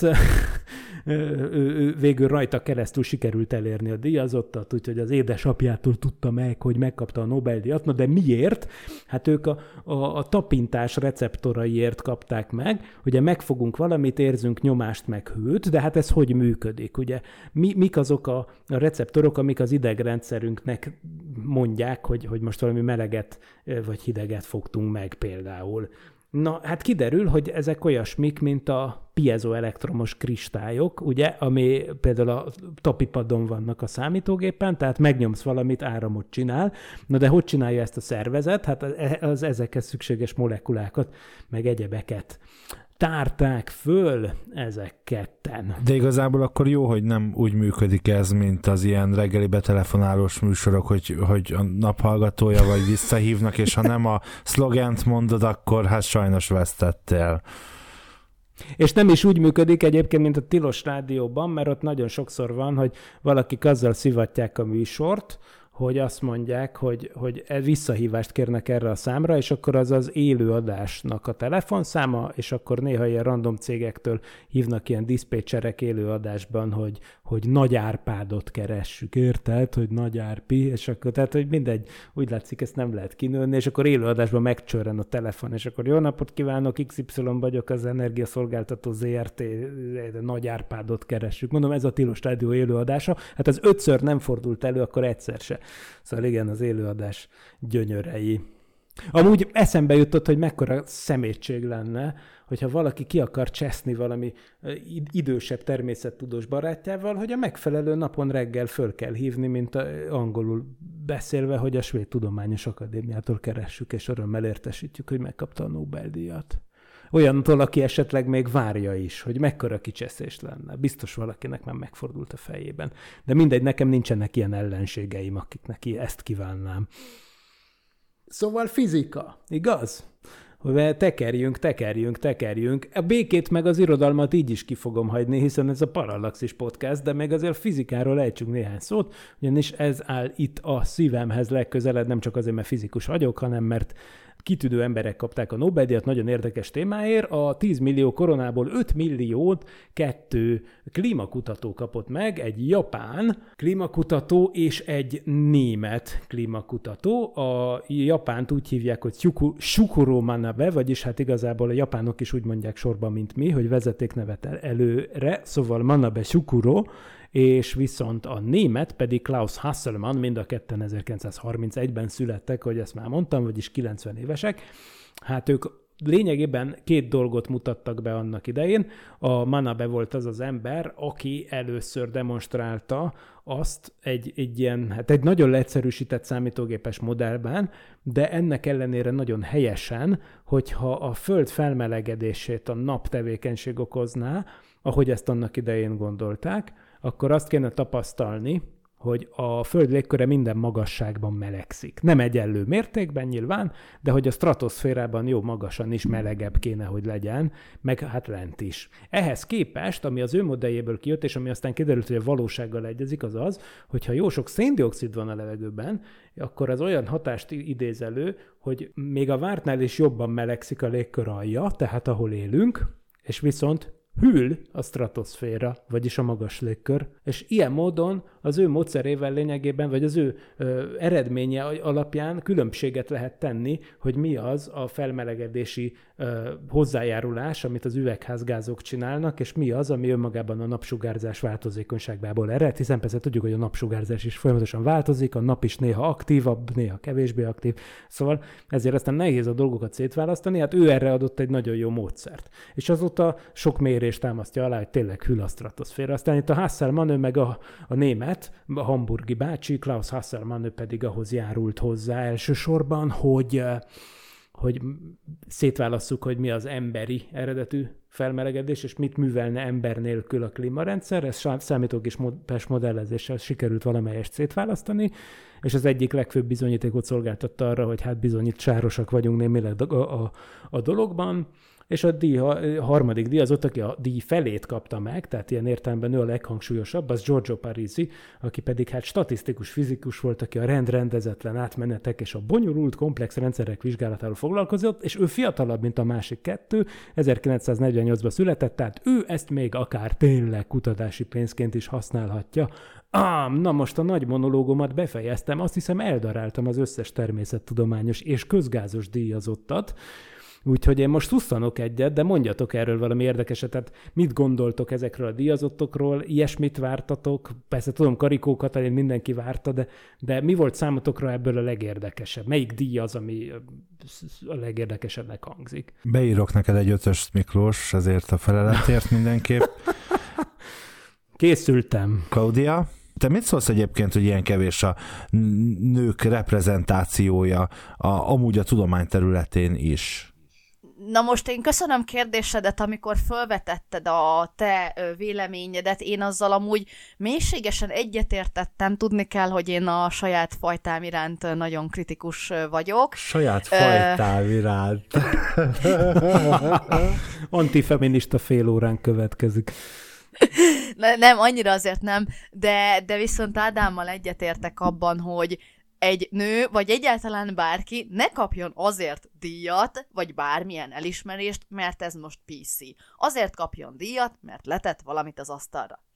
ő, ő, végül rajta keresztül sikerült elérni a díjazottat, úgyhogy az édesapjától tudta meg, hogy megkapta a Nobel-díjat. Na de miért? Hát ők a, a, a tapintás receptoraiért kapták meg, ugye megfogunk valamit, érzünk nyomást, meg hőt, de hát ez hogy működik, ugye? Mi, mik azok a, a receptorok, amik az idegrendszerünknek mondják, hogy, hogy most valami meleget vagy hideget fogtunk meg például. Na, hát kiderül, hogy ezek olyasmik, mint a piezoelektromos kristályok, ugye, ami például a tapipadon vannak a számítógépen, tehát megnyomsz valamit, áramot csinál. Na de hogy csinálja ezt a szervezet? Hát az ezekhez szükséges molekulákat, meg egyebeket tárták föl ezek ketten. De igazából akkor jó, hogy nem úgy működik ez, mint az ilyen reggeli betelefonálós műsorok, hogy, hogy a naphallgatója vagy visszahívnak, és ha nem a szlogent mondod, akkor hát sajnos vesztettél. És nem is úgy működik egyébként, mint a Tilos Rádióban, mert ott nagyon sokszor van, hogy valakik azzal szivatják a műsort, hogy azt mondják, hogy, hogy visszahívást kérnek erre a számra, és akkor az az élőadásnak a telefonszáma, és akkor néha ilyen random cégektől hívnak ilyen diszpécserek élőadásban, hogy, hogy Nagy Árpádot keressük, érted? Hogy Nagy Árpi, és akkor tehát, hogy mindegy, úgy látszik, ezt nem lehet kinőni, és akkor élőadásban megcsörren a telefon, és akkor jó napot kívánok, iksz ipszilon vagyok, az Energiaszolgáltató zé er té, Nagy Árpádot keressük. Mondom, ez a Tilos Rádió élőadása, hát az ötször nem fordult elő, akkor egyszer se. Szóval igen, az élőadás gyönyörei. Amúgy eszembe jutott, hogy mekkora szemétség lenne, hogyha valaki ki akar cseszni valami idősebb természettudós barátjával, hogy a megfelelő napon reggel föl kell hívni, mint a, angolul beszélve, hogy a Svéd Tudományos Akadémiától keressük, és örömmel értesítjük, hogy megkapta a Nobel-díjat. Olyantól, aki esetleg még várja is, hogy mekkora kicseszés lenne. Biztos valakinek már megfordult a fejében. De mindegy, nekem nincsenek ilyen ellenségeim, akiknek ezt kívánnám. Szóval fizika, igaz? Hogy tekerjünk, tekerjünk, tekerjünk. A békét meg az irodalmat így is ki fogom hagyni, hiszen ez a Parallaxis podcast, de meg azért fizikáról ejtsünk néhány szót, ugyanis ez áll itt a szívemhez legközelebb, nem csak azért, mert fizikus vagyok, hanem mert kitűnő emberek kapták a Nobel-díjat nagyon érdekes témáért. A tíz millió koronából öt milliót kettő klímakutató kapott meg, egy japán klímakutató és egy német klímakutató. A japánt úgy hívják, hogy Shukuro Manabe, vagyis hát igazából a japánok is úgy mondják sorban, mint mi, hogy vezetéknevet előre, szóval Manabe Shukuro, és viszont a német pedig Klaus Hasselmann, mind a ketten ezerkilencszázharmincegyben születtek, hogy ezt már mondtam, vagyis kilencven évesek. Hát ők lényegében két dolgot mutattak be annak idején. A Manabe volt az az ember, aki először demonstrálta azt egy, egy ilyen, hát egy nagyon leegyszerűsített számítógépes modellben, de ennek ellenére nagyon helyesen, hogyha a Föld felmelegedését a naptevékenység okozná, ahogy ezt annak idején gondolták, akkor azt kéne tapasztalni, hogy a Föld légköre minden magasságban melegszik. Nem egyenlő mértékben nyilván, de hogy a stratoszférában jó magasan is melegebb kéne, hogy legyen, meg hát lent is. Ehhez képest, ami az ő modelljéből kijött, és ami aztán kiderült, hogy a valósággal egyezik, az az, hogyha jó sok széndioxid van a levegőben, akkor az olyan hatást idéz elő, hogy még a vártnál is jobban melegszik a légkör alja, tehát ahol élünk, és viszont hűl a stratoszféra, vagyis a magas légkör, és ilyen módon az ő módszerével lényegében, vagy az ő ö, eredménye alapján különbséget lehet tenni, hogy mi az a felmelegedési ö, hozzájárulás, amit az üvegházgázok csinálnak, és mi az, ami önmagában a napsugárzás változékonyságából ered, hiszen persze tudjuk, hogy a napsugárzás is folyamatosan változik, a nap is néha aktívabb, néha kevésbé aktív, szóval ezért aztán nehéz a dolgokat szétválasztani, hát ő erre adott egy nagyon jó módszert. És azóta sok mérés támasztja alá, hogy tényleg hűl a stratoszféra. Aztán itt a Hasselmann, ő meg a, a német, a hamburgi bácsi, Klaus Hasselmann, ő pedig ahhoz járult hozzá elsősorban, hogy, hogy szétválasszuk, hogy mi az emberi eredetű felmelegedés, és mit művelne ember nélkül a klímarendszer. Ez számítógépes modellezéssel sikerült valamelyest szétválasztani, és az egyik legfőbb bizonyítékot szolgáltatta arra, hogy hát bizony itt sárosak vagyunk némileg a, a, a dologban. És a, díj, a harmadik díj az ott, aki a díj felét kapta meg, tehát ilyen értelemben ő a leghangsúlyosabb, az Giorgio Parisi, aki pedig hát statisztikus fizikus volt, aki a rend-rendezetlen átmenetek és a bonyolult komplex rendszerek vizsgálatáról foglalkozott, és ő fiatalabb, mint a másik kettő, ezerkilencszáznegyvennyolcban született, tehát ő ezt még akár tényleg kutatási pénzként is használhatja. Ám, na most a nagy monológomat befejeztem, azt hiszem eldaráltam az összes természettudományos és közgázos díjazottat, úgyhogy én most szusszanok egyet, de mondjatok erről valami érdekeset, tehát mit gondoltok ezekről a díjazottokról, ilyesmit vártatok? Persze tudom, Karikó Katalin mindenki várta, de, de mi volt számotokra ebből a legérdekesebb? Melyik díj az, ami a legérdekesebbnek hangzik? Beírok neked egy ötöst, Miklós, ezért a feleletért mindenképp. Készültem. Klaudia? Te mit szólsz egyébként, hogy ilyen kevés a nők reprezentációja a, amúgy a tudomány területén is? Na most én köszönöm kérdésedet, amikor felvetetted a te véleményedet, én azzal amúgy mélységesen egyetértettem, tudni kell, hogy én a saját fajtám iránt nagyon kritikus vagyok. Saját fajtám iránt. Antifeminista fél órán következik. Ne, nem, annyira azért nem, de, de viszont Ádámmal egyetértek abban, hogy egy nő, vagy egyáltalán bárki ne kapjon azért díjat, vagy bármilyen elismerést, mert ez most pé cé. Azért kapjon díjat, mert letett valamit az asztalra. Kész,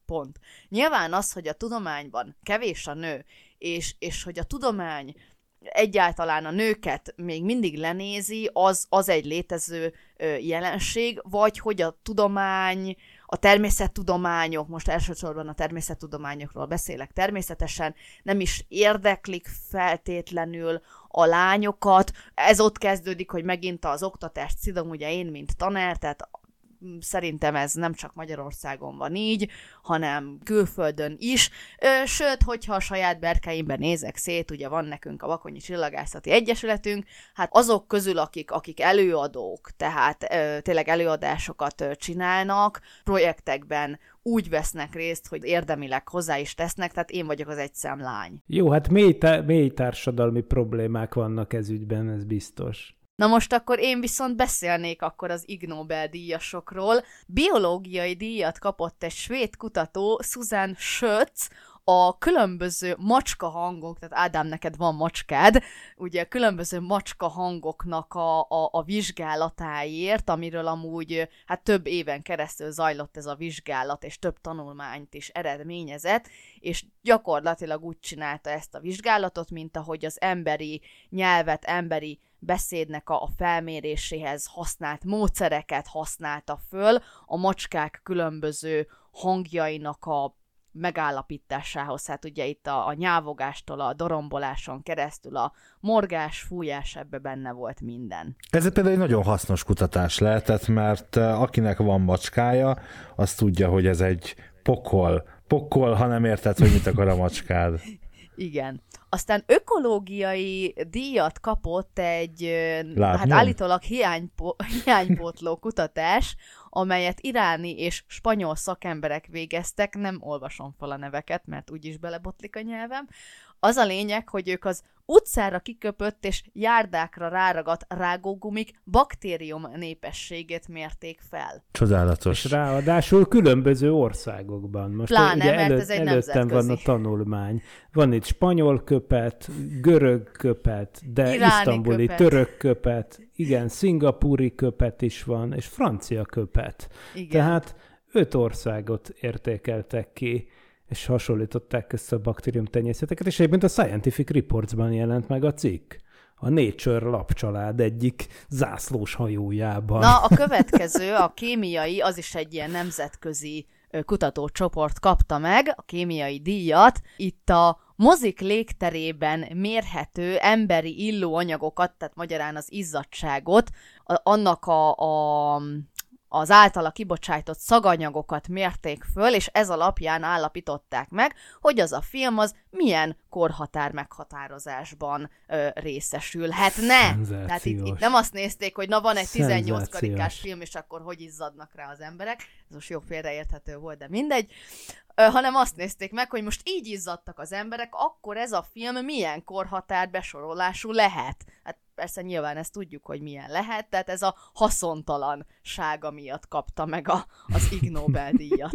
pont. Nyilván az, hogy a tudományban kevés a nő, és, és hogy a tudomány egyáltalán a nőket még mindig lenézi, az, az egy létező ö, jelenség, vagy hogy a tudomány, a természettudományok, most elsősorban a természettudományokról beszélek természetesen, nem is érdeklik feltétlenül a lányokat. Ez ott kezdődik, hogy megint az oktatást szidom, ugye én, mint tanár, tehát szerintem ez nem csak Magyarországon van így, hanem külföldön is. Sőt, hogyha a saját berkeimben nézek szét, ugye van nekünk a Bakonyi Csillagászati Egyesületünk, hát azok közül, akik, akik előadók, tehát tényleg előadásokat csinálnak, projektekben úgy vesznek részt, hogy érdemileg hozzá is tesznek, tehát én vagyok az egyszem lány. Jó, hát mély, tá- mély társadalmi problémák vannak ez ügyben, ez biztos. Na most akkor én viszont beszélnék akkor az Ig Nobel-díjasokról. Biológiai díjat kapott egy svéd kutató, Susan Schötz, a különböző macska hangok, tehát Ádám, neked van macskád, ugye a különböző macska hangoknak a, a, a vizsgálatáért, amiről amúgy hát több éven keresztül zajlott ez a vizsgálat, és több tanulmányt is eredményezett, és gyakorlatilag úgy csinálta ezt a vizsgálatot, mint ahogy az emberi nyelvet, emberi beszédnek a felméréséhez használt módszereket használta föl, a macskák különböző hangjainak a megállapításához, hát ugye itt a, a nyávogástól a doromboláson keresztül a morgás, fújás, ebbe benne volt minden. Ez például egy nagyon hasznos kutatás lehetett, mert akinek van macskája, az tudja, hogy ez egy pokol. Pokol, ha nem érted, hogy mit akar a macskád. Igen. Aztán ökológiai díjat kapott egy Látnom. hát állítólag hiánypó, hiánypótló kutatás, amelyet iráni és spanyol szakemberek végeztek, nem olvasom fel a neveket, mert úgyis belebotlik a nyelvem. Az a lényeg, hogy ők az utcára kiköpött és járdákra ráragadt rágógumik baktérium népességét mérték fel. Csodálatos. És ráadásul különböző országokban. Most Pláne, ugye mert elő, ez egy előttem nemzetközi. van a tanulmány. Van itt spanyol köpet, görög köpet, de Iráni isztambuli köpet. török köpet, igen, szingapúri köpet is van, és francia köpet. Igen. Tehát öt országot értékeltek ki, és hasonlították össze a baktériumtenyészeteket, és egyébként a Scientific Reports-ban jelent meg a cikk. A Nature lapcsalád egyik zászlós hajójában. Na, a következő, a kémiai, az is egy ilyen nemzetközi ö, kutatócsoport kapta meg a kémiai díjat. Itt a mozik légterében mérhető emberi illóanyagokat, tehát magyarán az izzadtságot, a, annak a, a az általa kibocsájtott szaganyagokat mérték föl, és ez alapján állapították meg, hogy az a film az milyen korhatár meghatározásban ö, részesülhetne. Tehát itt, itt nem azt nézték, hogy na van egy tizennyolc karikás film, és akkor hogy izzadnak rá az emberek. Ez most jó félreérthető volt, de mindegy. Ö, hanem azt nézték meg, hogy most így izzadtak az emberek, akkor ez a film milyen korhatár besorolású lehet. Hát persze nyilván ezt tudjuk, hogy milyen lehet, tehát ez a haszontalansága miatt kapta meg a, az Ig Nobel-díjat.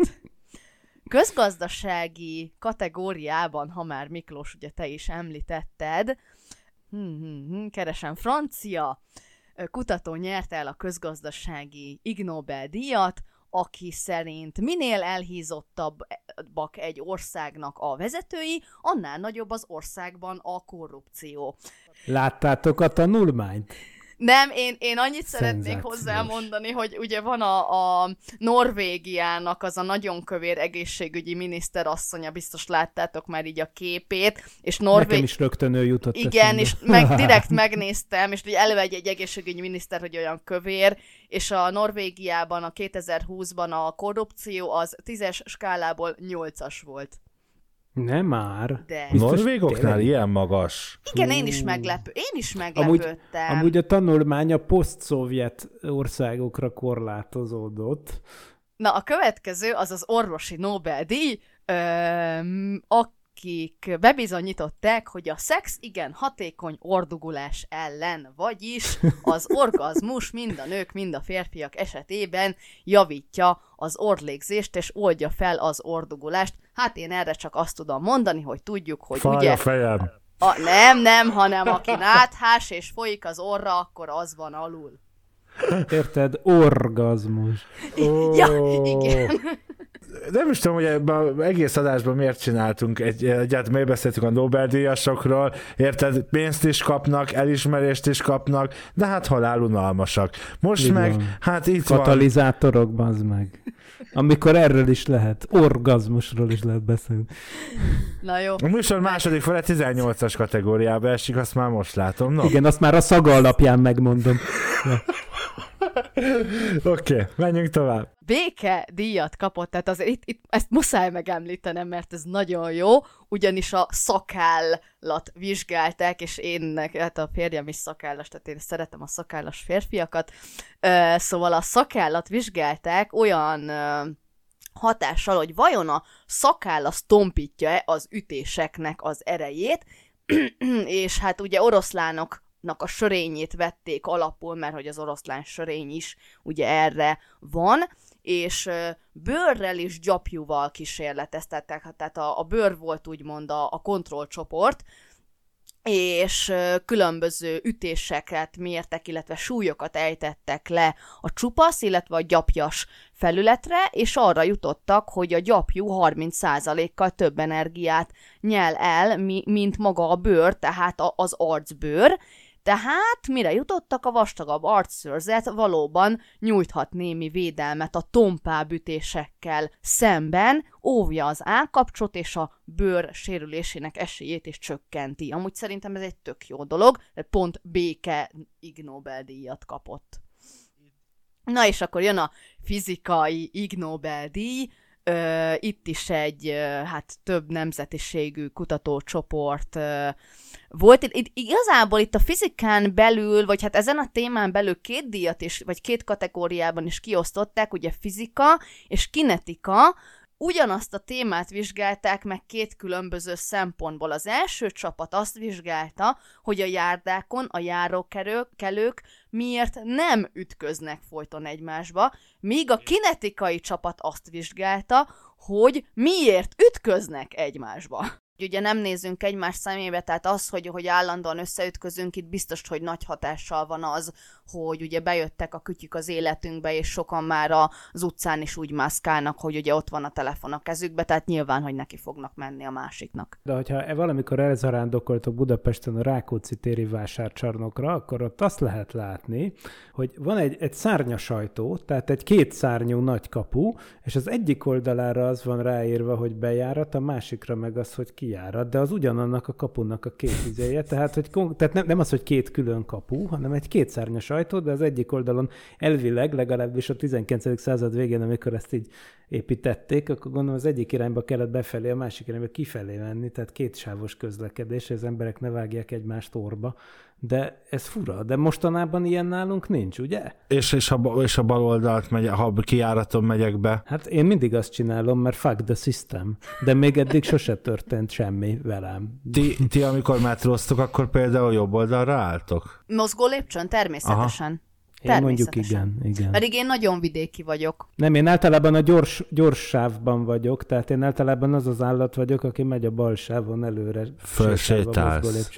Közgazdasági kategóriában, ha már Miklós, ugye te is említetted, hmm, hmm, hmm, keresem, francia kutató nyerte el a közgazdasági Ig Nobel-díjat, aki szerint minél elhízottabbak egy országnak a vezetői, annál nagyobb az országban a korrupció. Láttátok a tanulmányt? Nem, én, én annyit szeretnék Szenzációs. hozzá mondani, hogy ugye van a, a Norvégiának az a nagyon kövér egészségügyi miniszterasszonya, biztos láttátok már így a képét, és Norvég... Nekem is rögtön ő jutott Igen, eszembe. és meg, direkt megnéztem, és ugye eleve egy, egy egészségügyi miniszter, hogy olyan kövér, és a Norvégiában a kétezer-húszban a korrupció az tízes skálából nyolcas volt. Nem már. De... Norvégoknál tényleg? ilyen magas? Igen, én is meglepő, én is Amúgy, meglepődtem. amúgy a tanulmány a poszt-szovjet országokra korlátozódott. Na, a következő az az orvosi Nobel-díj, öm, akik bebizonyították, hogy a szex igen hatékony ordugulás ellen, vagyis az orgazmus mind a nők, mind a férfiak esetében javítja az orrlégzést, és oldja fel az ordugulást. Hát én erre csak azt tudom mondani, hogy tudjuk, hogy Fáj ugye... a fejem. A, nem, nem, hanem aki náthás és folyik az orra, akkor az van alul. Érted? Orgazmus. Ja, igen. nem is tudom, hogy ebben az egész adásban miért csináltunk, egy, egyáltalán miért beszéltünk a Nobel-díjasokról, érted, pénzt is kapnak, elismerést is kapnak, de hát halálunalmasak. Most így meg, van. Hát itt katalizátorok, van. Bazd meg. Amikor erről is lehet, orgazmusról is lehet beszélni. Na jó. A műsor második fele tizennyolcas kategóriába esik, azt már most látom. No? Igen, azt már a szaga alapján megmondom. Ja. Oké, okay, menjünk tovább. Béke díjat kapott, tehát azért itt, itt ezt muszáj megemlítenem, mert ez nagyon jó, ugyanis a szakállat vizsgálták, és én, hát a férjem is szakállas, tehát én szeretem a szakállas férfiakat, uh, szóval a szakállat vizsgálták olyan uh, hatással, hogy vajon a szakáll az tompítja-e az ütéseknek az erejét, és hát ugye oroszlánok a sörényét vették alapul, mert hogy az oroszlán sörény is ugye erre van, és bőrrel és gyapjúval kísérleteztettek, tehát a, a bőr volt úgymond a, a kontrollcsoport, és különböző ütéseket mértek, illetve súlyokat ejtettek le a csupasz, illetve a gyapjas felületre, és arra jutottak, hogy a gyapjú harminc százalékkal több energiát nyel el, mint maga a bőr, tehát az arcbőr. Tehát mire jutottak, a vastagabb arcszőrzet valóban nyújthat némi védelmet a tompább ütésekkel szemben, óvja az állkapcsot és a bőr sérülésének esélyét is csökkenti. Amúgy szerintem ez egy tök jó dolog, de pont béke Ig Nobel-díjat kapott. Na és akkor jön a fizikai Ig Nobel-díj. Uh, itt is egy uh, hát több nemzetiségű kutatócsoport uh, volt. Itt, itt, igazából itt a fizikán belül, vagy hát ezen a témán belül két díjat is, vagy két kategóriában is kiosztották, ugye fizika és kinetika, ugyanazt a témát vizsgálták meg két különböző szempontból. Az első csapat azt vizsgálta, hogy a járdákon a járókelők miért nem ütköznek folyton egymásba, míg a kinetikai csapat azt vizsgálta, hogy miért ütköznek egymásba. Ugye nem nézünk egymás szemébe, tehát az, hogy, hogy állandóan összeütközünk, itt biztos, hogy nagy hatással van az, hogy ugye bejöttek a kütyük az életünkbe, és sokan már az utcán is úgy mászkálnak, hogy ugye ott van a telefon a kezükbe, tehát nyilván, hogy neki fognak menni a másiknak. De hogyha valamikor elzarándokoltok Budapesten a Rákóczi téri vásárcsarnokra, akkor ott azt lehet látni, hogy van egy, egy szárnyasajtó, tehát egy kétszárnyú nagy kapu, és az egyik oldalára az van ráírva, hogy bejárat, a másikra meg az, hogy kijárat, de az ugyanannak a kapunak a két izéje, tehát, hogy, tehát nem, nem az, hogy két külön kapu, hanem egy kétszárnyas ajtó, de az egyik oldalon elvileg, legalábbis a tizenkilencedik század végén, amikor ezt így építették, akkor gondolom az egyik irányba kellett befelé, a másik irányba kifelé menni, tehát kétsávos közlekedés, az emberek ne vágják egymást orba, de ez fura, de mostanában ilyen nálunk nincs, ugye? És, és, a, és a bal oldalt, megy, ha kijáraton megyek be? Hát én mindig azt csinálom, mert fuck the system, de még eddig sose történt semmi velem. Ti, ti amikor metróztok, akkor például jobb oldalra álltok? Mozgó lépcsőn? Természetesen. Aha. Én mondjuk igen, igen. Pedig én nagyon vidéki vagyok. Nem, én általában a gyors, gyors sávban vagyok, tehát én általában az az állat vagyok, aki megy a bal sávon előre. Fölsétálsz.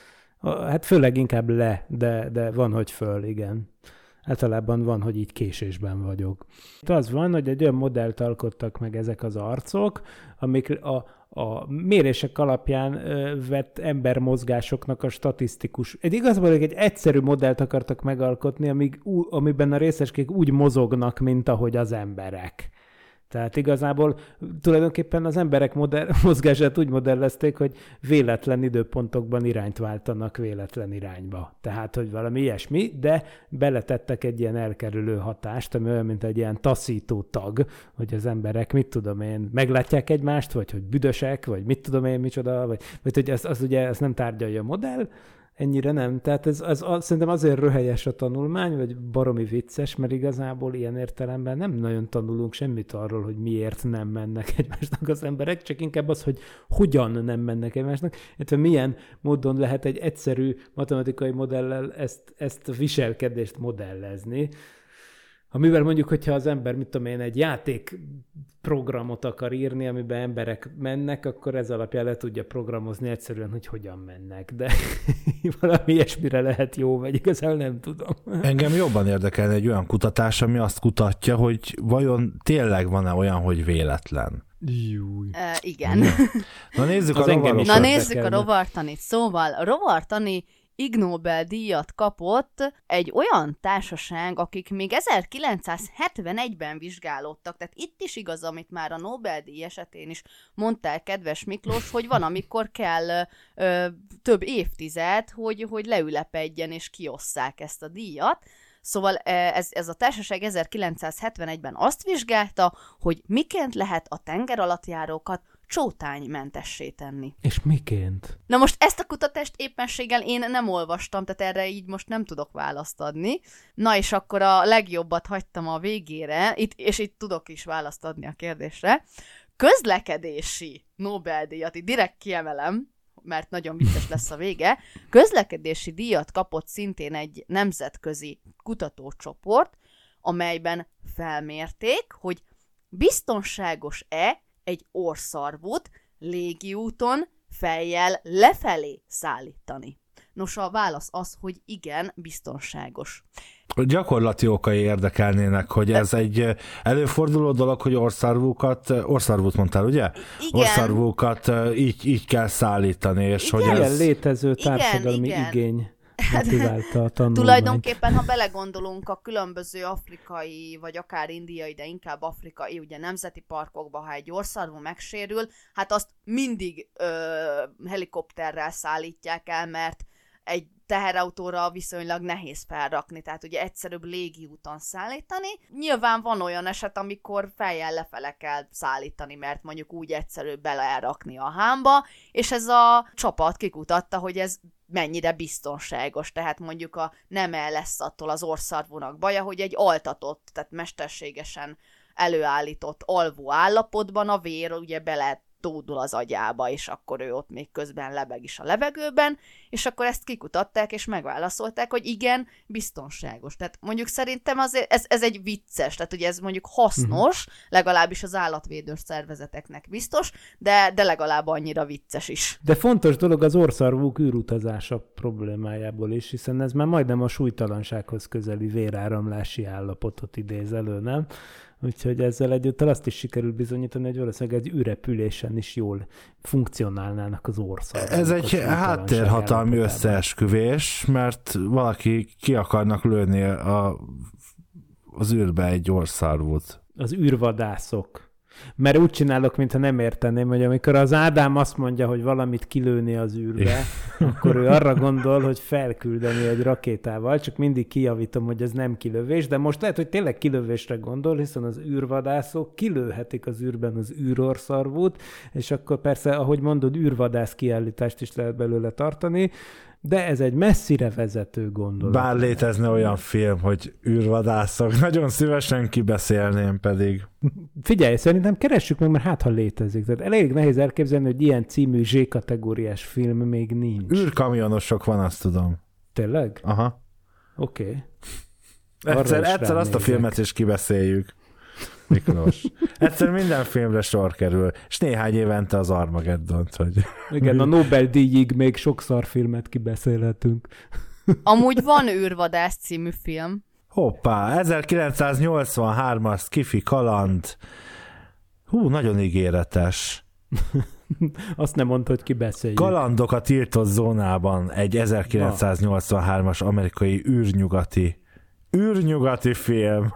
Hát főleg inkább le, de, de van, hogy föl, igen. Általában van, hogy így késésben vagyok. Itt az van, hogy egy olyan modellt alkottak meg ezek az arcok, amik a, a mérések alapján ö, vett embermozgásoknak a statisztikus... Egy igazából egy egyszerű modellt akartak megalkotni, amíg, ú, amiben a részecskék úgy mozognak, mint ahogy az emberek. Tehát igazából tulajdonképpen az emberek modell, mozgását úgy modellezték, hogy véletlen időpontokban irányt váltanak véletlen irányba. Tehát, hogy valami ilyesmi, de beletettek egy ilyen elkerülő hatást, ami olyan, mint egy ilyen taszító tag, hogy az emberek, mit tudom én, meglátják egymást, vagy hogy büdösek, vagy mit tudom én, micsoda, vagy, vagy hogy az, az ugye ez nem tárgyalja a modell, ennyire nem. Tehát ez, ez, az, szerintem azért röhelyes a tanulmány, vagy baromi vicces, mert igazából ilyen értelemben nem nagyon tanulunk semmit arról, hogy miért nem mennek egymásnak az emberek, csak inkább az, hogy hogyan nem mennek egymásnak, illetve milyen módon lehet egy egyszerű matematikai modellel ezt, ezt a viselkedést modellezni. Amivel mondjuk, hogyha az ember, mit tudom én, egy játék programot akar írni, amiben emberek mennek, akkor ez alapján le tudja programozni egyszerűen, hogy hogyan mennek. De valami ilyesmire lehet jó, vagy igazából nem tudom. Engem jobban érdekelne egy olyan kutatás, ami azt kutatja, hogy vajon tényleg van-e olyan, hogy véletlen. Uh, igen. Na nézzük Az a engem is Na rovarokat. nézzük a rovartanit. Szóval a rovartani Ig Nobel-díjat kapott egy olyan társaság, akik még ezerkilencszázhetvenegyben vizsgálódtak, tehát itt is igaz, amit már a Nobel-díj esetén is mondtál, kedves Miklós, hogy van, amikor kell ö, több évtized, hogy, hogy leülepedjen és kiosszák ezt a díjat. Szóval ez, ez a társaság ezerkilencszázhetvenegyben azt vizsgálta, hogy miként lehet a tengeralattjárókat csótánymentessé tenni. És miként? Na most ezt a kutatást éppenséggel én nem olvastam, tehát erre így most nem tudok választ adni. Na és akkor a legjobbat hagytam a végére, itt, és itt tudok is választ adni a kérdésre. Közlekedési Nobel-díjat, itt direkt kiemelem, mert nagyon vicces lesz a vége. Közlekedési díjat kapott szintén egy nemzetközi kutatócsoport, amelyben felmérték, hogy biztonságos-e egy orrszarvút légiúton fejjel lefelé szállítani. Nos, a válasz az, hogy igen, biztonságos. Gyakorlati okai érdekelnének, hogy ez egy előforduló dolog, hogy orrszarvúkat, orrszarvút mondtál, ugye? Igen. Orrszarvúkat így, így kell szállítani, és Igen. hogy Ilyen ez... létező társadalmi igen. igény motiválta a tanulmányt. Tulajdonképpen, ha belegondolunk a különböző afrikai, vagy akár indiai, de inkább afrikai, ugye nemzeti parkokban, ha egy orrszarvú megsérül, hát azt mindig ö, helikopterrel szállítják el, mert egy teherautóra viszonylag nehéz felrakni, tehát ugye egyszerűbb légiúton szállítani. Nyilván van olyan eset, amikor fejjel lefele kell szállítani, mert mondjuk úgy egyszerűbb belerakni a hámba, és ez a csapat kikutatta, hogy ez mennyire biztonságos, tehát mondjuk a nem el lesz attól az orrszarvúnak baja, hogy egy altatott, tehát mesterségesen előállított alvó állapotban a vér ugye bele tódul az agyába, és akkor ő ott még közben lebeg is a levegőben, és akkor ezt kikutatták, és megválaszolták, hogy igen, biztonságos. Tehát mondjuk szerintem azért ez, ez egy vicces, tehát ugye ez mondjuk hasznos, uh-huh. legalábbis az állatvédő szervezeteknek biztos, de, de legalább annyira vicces is. De fontos dolog az orrszarvúk űrutazása problémájából is, hiszen ez már majdnem a súlytalansághoz közeli véráramlási állapotot idéz elő, nem? Úgyhogy ezzel egyúttal azt is sikerül bizonyítani, hogy valószínűleg egy űrrepülésen is jól funkcionálnának az orrszarvúk. Ez egy háttérhatalmi összeesküvés, mert valaki ki akarnak lőni a, az űrbe egy orrszarvút. Az űrvadászok. Mert úgy csinálok, mintha nem érteném, hogy amikor az Ádám azt mondja, hogy valamit kilőni az űrbe, akkor ő arra gondol, hogy felküldeni egy rakétával, csak mindig kijavítom, hogy ez nem kilövés, de most lehet, hogy tényleg kilövésre gondol, hiszen az űrvadászok kilőhetik az űrben az űrorrszarvút, és akkor persze, ahogy mondod, űrvadász kiállítást is lehet belőle tartani, de ez egy messzire vezető gondolat. Bár létezne olyan film, hogy űrvadászok, nagyon szívesen kibeszélném pedig. Figyelj, szerintem keressük meg, mert hát ha létezik. Tehát elég nehéz elképzelni, hogy ilyen című zsé-kategóriás film még nincs. Űrkamionosok van, azt tudom. Tényleg? Aha. Oké. Okay. Egyszer, egyszer azt a filmet is kibeszéljük. Miklós. Egyszer minden filmre sor kerül, és néhány évente az Armageddont, hogy... Igen, a Nobel-díjig még sok szarfilmet kibeszélhetünk. Amúgy van űrvadász című film. Hoppá, ezerkilencszáznyolcvanhármas sci-fi kaland. Hú, nagyon ígéretes. Azt nem mondta, hogy kibeszéljük. Kalandok a tiltott zónában, egy ezerkilencszáznyolcvanhármas amerikai űrnyugati űrnyugati film.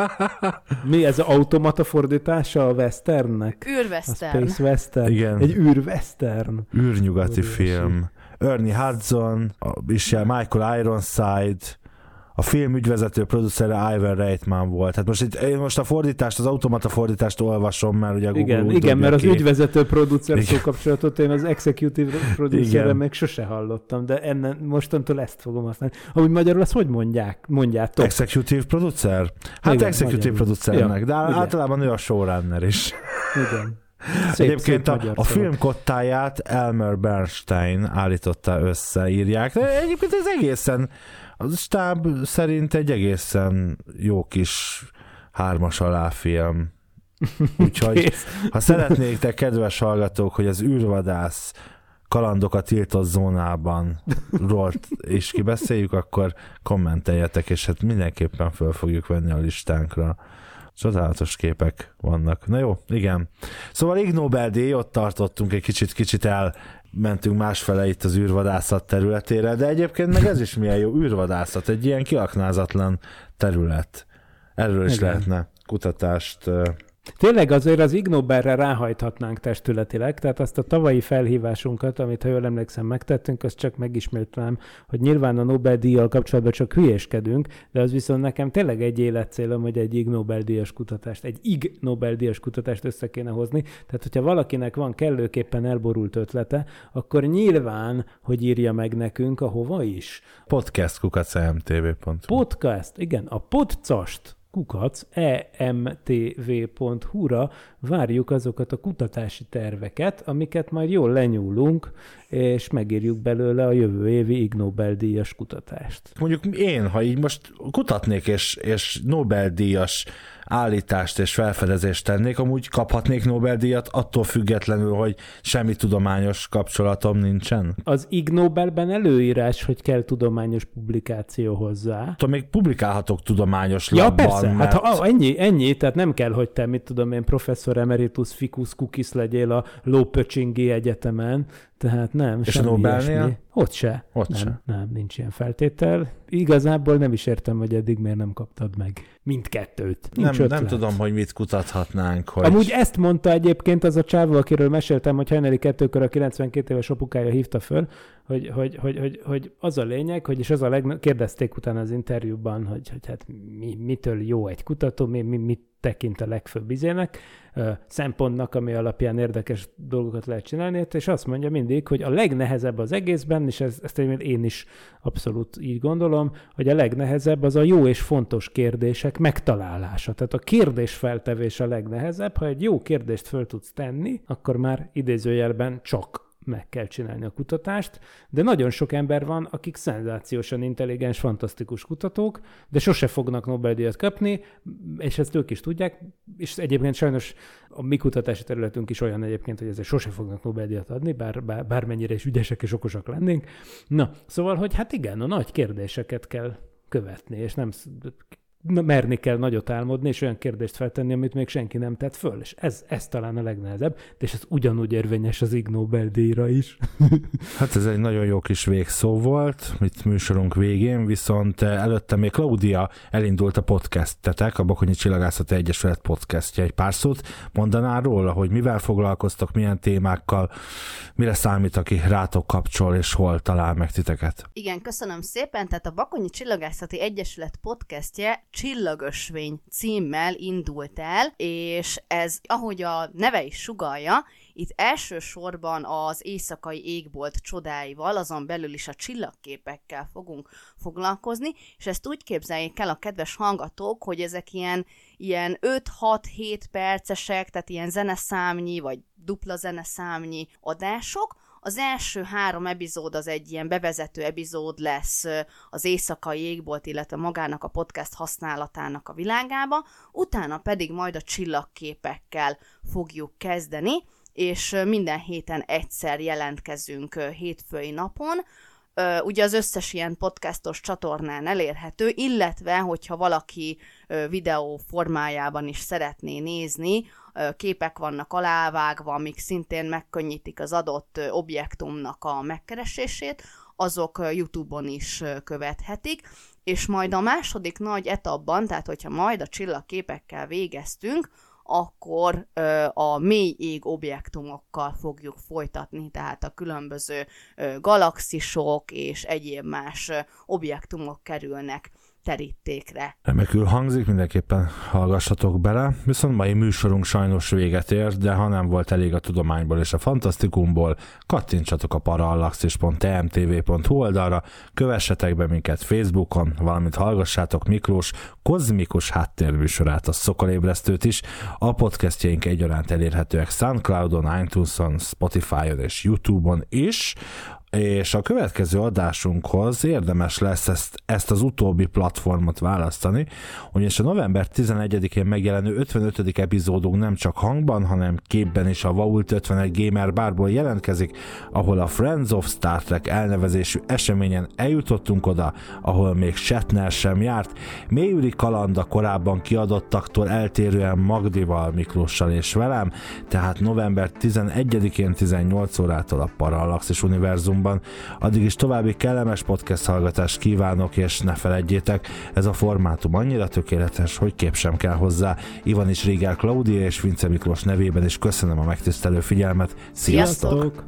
Mi ez, automata fordítása a westernnek? Űrwestern. A space western. Igen. Egy űrwestern. Űrnyugati Óriási. film. Ernie Hudson, és Michael Ironside, a film ügyvezető producere Ivan Reitman volt. Hát most, itt, én most a fordítást, az automata fordítást olvasom, mert ugye Google Igen, úgy igen, mert az ki. ügyvezető producer szókapcsolatot én az executive producerre Igen. még sose hallottam, de ennen, mostantól ezt fogom használni. Amúgy magyarul azt hogy mondják? Mondjátok. Executive producer? Hát Igen, executive magyarul. producernek, Ja, de ugye. általában ő a showrunner is. Igen. Szép, Egyébként szép a, a film kottáját Elmer Bernstein állította össze, írják. De egyébként ez egészen, a stáb szerint egy egészen jó kis hármas alá film. Úgyhogy, ha szeretnék, kedves hallgatók, hogy az űrvadász kalandok a tiltott zónában rolt és kibeszéljük, akkor kommenteljetek, és hát mindenképpen föl fogjuk venni a listánkra. Csodálatos képek vannak. Na jó, igen. Szóval Ig Nobel-díj, ott tartottunk egy kicsit, kicsit elmentünk másfele itt az űrvadászat területére, de egyébként meg ez is milyen jó űrvadászat, egy ilyen kiaknázatlan terület. Erről is igen. Lehetne kutatást. Tényleg azért az Ig Nobelre ráhajthatnánk testületileg, tehát azt a tavalyi felhívásunkat, amit ha jól emlékszem megtettünk, azt csak megismétlem, hogy nyilván a Nobel-díjjal kapcsolatban csak hülyéskedünk, de az viszont nekem tényleg egy életcélom, hogy egy Ig Nobel-díjas kutatást, egy Ig Nobel-díjas kutatást össze kéne hozni. Tehát, hogyha valakinek van kellőképpen elborult ötlete, akkor nyilván, hogy írja meg nekünk, ahova is. Podcast kukac e m t v pont hu Podcast, igen, a podcast kukac e m t v pont hu-ra várjuk azokat a kutatási terveket, amiket majd jól lenyúlunk, és megírjuk belőle a jövő évi Ig Nobel-díjas kutatást. Mondjuk én, ha így most kutatnék, és, és Nobel-díjas állítást és felfedezést tennék, amúgy kaphatnék Nobel-díjat attól függetlenül, hogy semmi tudományos kapcsolatom nincsen? Az Ig Nobelben előírás, hogy kell tudományos publikáció hozzá. Tudom, még publikálhatok tudományos ja, labban. Ja, persze, mert... hát ha, ennyi, ennyi, tehát nem kell, hogy te, mit tudom én, professzor emeritus ficus cookies legyél a Lópöcsingi Egyetemen, tehát nem, és semmi a Nobelnél? Ott se. Ott nem, se. Nem, nincs ilyen feltétel. Igazából nem is értem, hogy eddig miért nem kaptad meg mindkettőt. Nincs nem, nem tudom, hogy mit kutathatnánk. Hogy... Amúgy ezt mondta egyébként az a csávó, akiről meséltem, hogy hajnali kettőkor a kilencvenkét éves apukája hívta föl, hogy, hogy, hogy, hogy, hogy az a lényeg, hogy és az a leg... kérdezték utána az interjúban, hogy, hogy hát mi, mitől jó egy kutató, mi, mi, mit tekint a legfőbb izének, szempontnak, ami alapján érdekes dolgokat lehet csinálni, és azt mondja mindig, hogy a legnehezebb az egészben, és ezt, ezt én is abszolút így gondolom, hogy a legnehezebb az a jó és fontos kérdések megtalálása. Tehát a kérdésfeltevés a legnehezebb, ha egy jó kérdést föl tudsz tenni, akkor már idézőjelben csak meg kell csinálni a kutatást, de nagyon sok ember van, akik szenzációsan intelligens, fantasztikus kutatók, de sose fognak Nobel-díjat kapni, és ezt ők is tudják, és egyébként sajnos a mi kutatási területünk is olyan egyébként, hogy ezért sose fognak Nobel-díjat adni, bár, bár, bármennyire is ügyesek és okosak lennénk. Na, szóval, hogy hát igen, a nagy kérdéseket kell követni, és nem merni kell nagyot álmodni, és olyan kérdést feltenni, amit még senki nem tett föl. És ez, ez talán a legnehezebb, és ez ugyanúgy érvényes az Ig Nobel-díjra is. Hát ez egy nagyon jó kis végszó volt, itt műsorunk végén, viszont előtte még Klaudia elindult a podcastetek, a Bakonyi Csillagászati Egyesület podcastja. Egy pár szót mondanál róla, hogy mivel foglalkoztok, milyen témákkal, mire számít, aki rátok kapcsol, és hol talál meg titeket? Igen, köszönöm szépen. Tehát a Bakonyi Csillagászati Egyesület podcastje Csillagösvény címmel indult el, és ez, ahogy a neve is sugallja, itt elsősorban az éjszakai égbolt csodáival, azon belül is a csillagképekkel fogunk foglalkozni, és ezt úgy képzeljék el a kedves hallgatók, hogy ezek ilyen, ilyen öt-hat-hét percesek, tehát ilyen zeneszámnyi, vagy dupla zeneszámnyi adások. Az első három epizód az egy ilyen bevezető epizód lesz az éjszakai égbolt, illetve magának a podcast használatának a világába, utána pedig majd a csillagképekkel fogjuk kezdeni, és minden héten egyszer jelentkezünk hétfői napon. Ugye az összes ilyen podcastos csatornán elérhető, illetve hogyha valaki videó formájában is szeretné nézni, képek vannak alávágva, amik szintén megkönnyítik az adott objektumnak a megkeresését, azok YouTube-on is követhetik, és majd a második nagy etapban, tehát hogyha majd a csillagképekkel végeztünk, akkor ö, a mély ég objektumokkal fogjuk folytatni, tehát a különböző ö, galaxisok és egyéb más ö, objektumok kerülnek terítékre. Remekül hangzik, mindenképpen hallgassatok bele, viszont mai műsorunk sajnos véget ért, de ha nem volt elég a tudományból és a fantasztikumból, kattintsatok a parallaxis pont t m t v pont hu oldalra, kövessetek be minket Facebookon, valamint hallgassátok Miklós kozmikus háttérműsorát, a Szokolébresztőt is. A podcastjaink egyaránt elérhetőek SoundCloudon, iTuneson, Spotify-on és YouTube-on is, és a következő adásunkhoz érdemes lesz ezt, ezt az utóbbi platformot választani, ugyanis a november tizenegyedikén megjelenő ötvenötödik epizódunk nem csak hangban, hanem képben is a Vault ötvenegy Gamer Barból jelentkezik, ahol a Friends of Star Trek elnevezésű eseményen eljutottunk oda, ahol még Shatner sem járt. Mélyüli kaland a korábban kiadottaktól eltérően Magdival, Miklóssal és velem, tehát november tizenegyedikén tizennyolc órától a Parallaxis univerzumban. Addig is további kellemes podcast hallgatást kívánok, és ne feledjétek, ez a formátum annyira tökéletes, hogy kép sem kell hozzá. Ivanics Réger Klaudia és Vince Miklós nevében is köszönöm a megtisztelő figyelmet. Sziasztok! Sziasztok!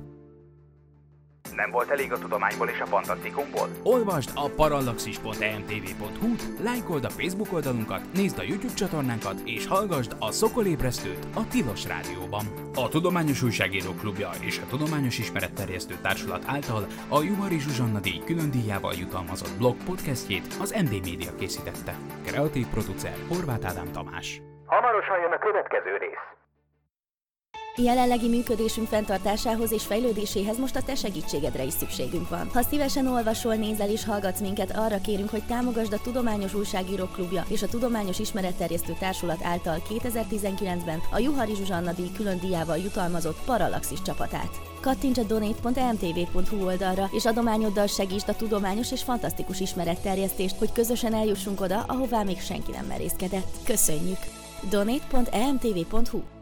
Nem volt elég a tudományból és a fantasztikumból? Olvasd a parallaxis pont e m t v pont hu, lájkold a Facebook oldalunkat, nézd a YouTube csatornánkat, és hallgasd a Szokolébresztőt a Tilos Rádióban. A Tudományos Újságírók Klubja és a Tudományos Ismeretterjesztő Társulat által a Juhari Zsuzsanna díj külön díjával jutalmazott blog podcastjét az em dé Media készítette. Kreatív producer Horváth Ádám Tamás. Hamarosan jön a következő rész. Jelenlegi működésünk fenntartásához és fejlődéséhez most a te segítségedre is szükségünk van. Ha szívesen olvasol, nézel és hallgatsz minket, arra kérünk, hogy támogasd a Tudományos Újságírók Klubja és a Tudományos Ismeretterjesztő Társulat által kétezer-tizenkilencben a Juhari Zsuzsanna díj külön díjával jutalmazott Parallaxis csapatát. Kattints a donate pont e m t v pont hu oldalra, és adományoddal segítsd a tudományos és fantasztikus ismeretterjesztést, hogy közösen eljussunk oda, ahová még senki nem merészkedett. Köszönjük! donate pont e m t v pont hu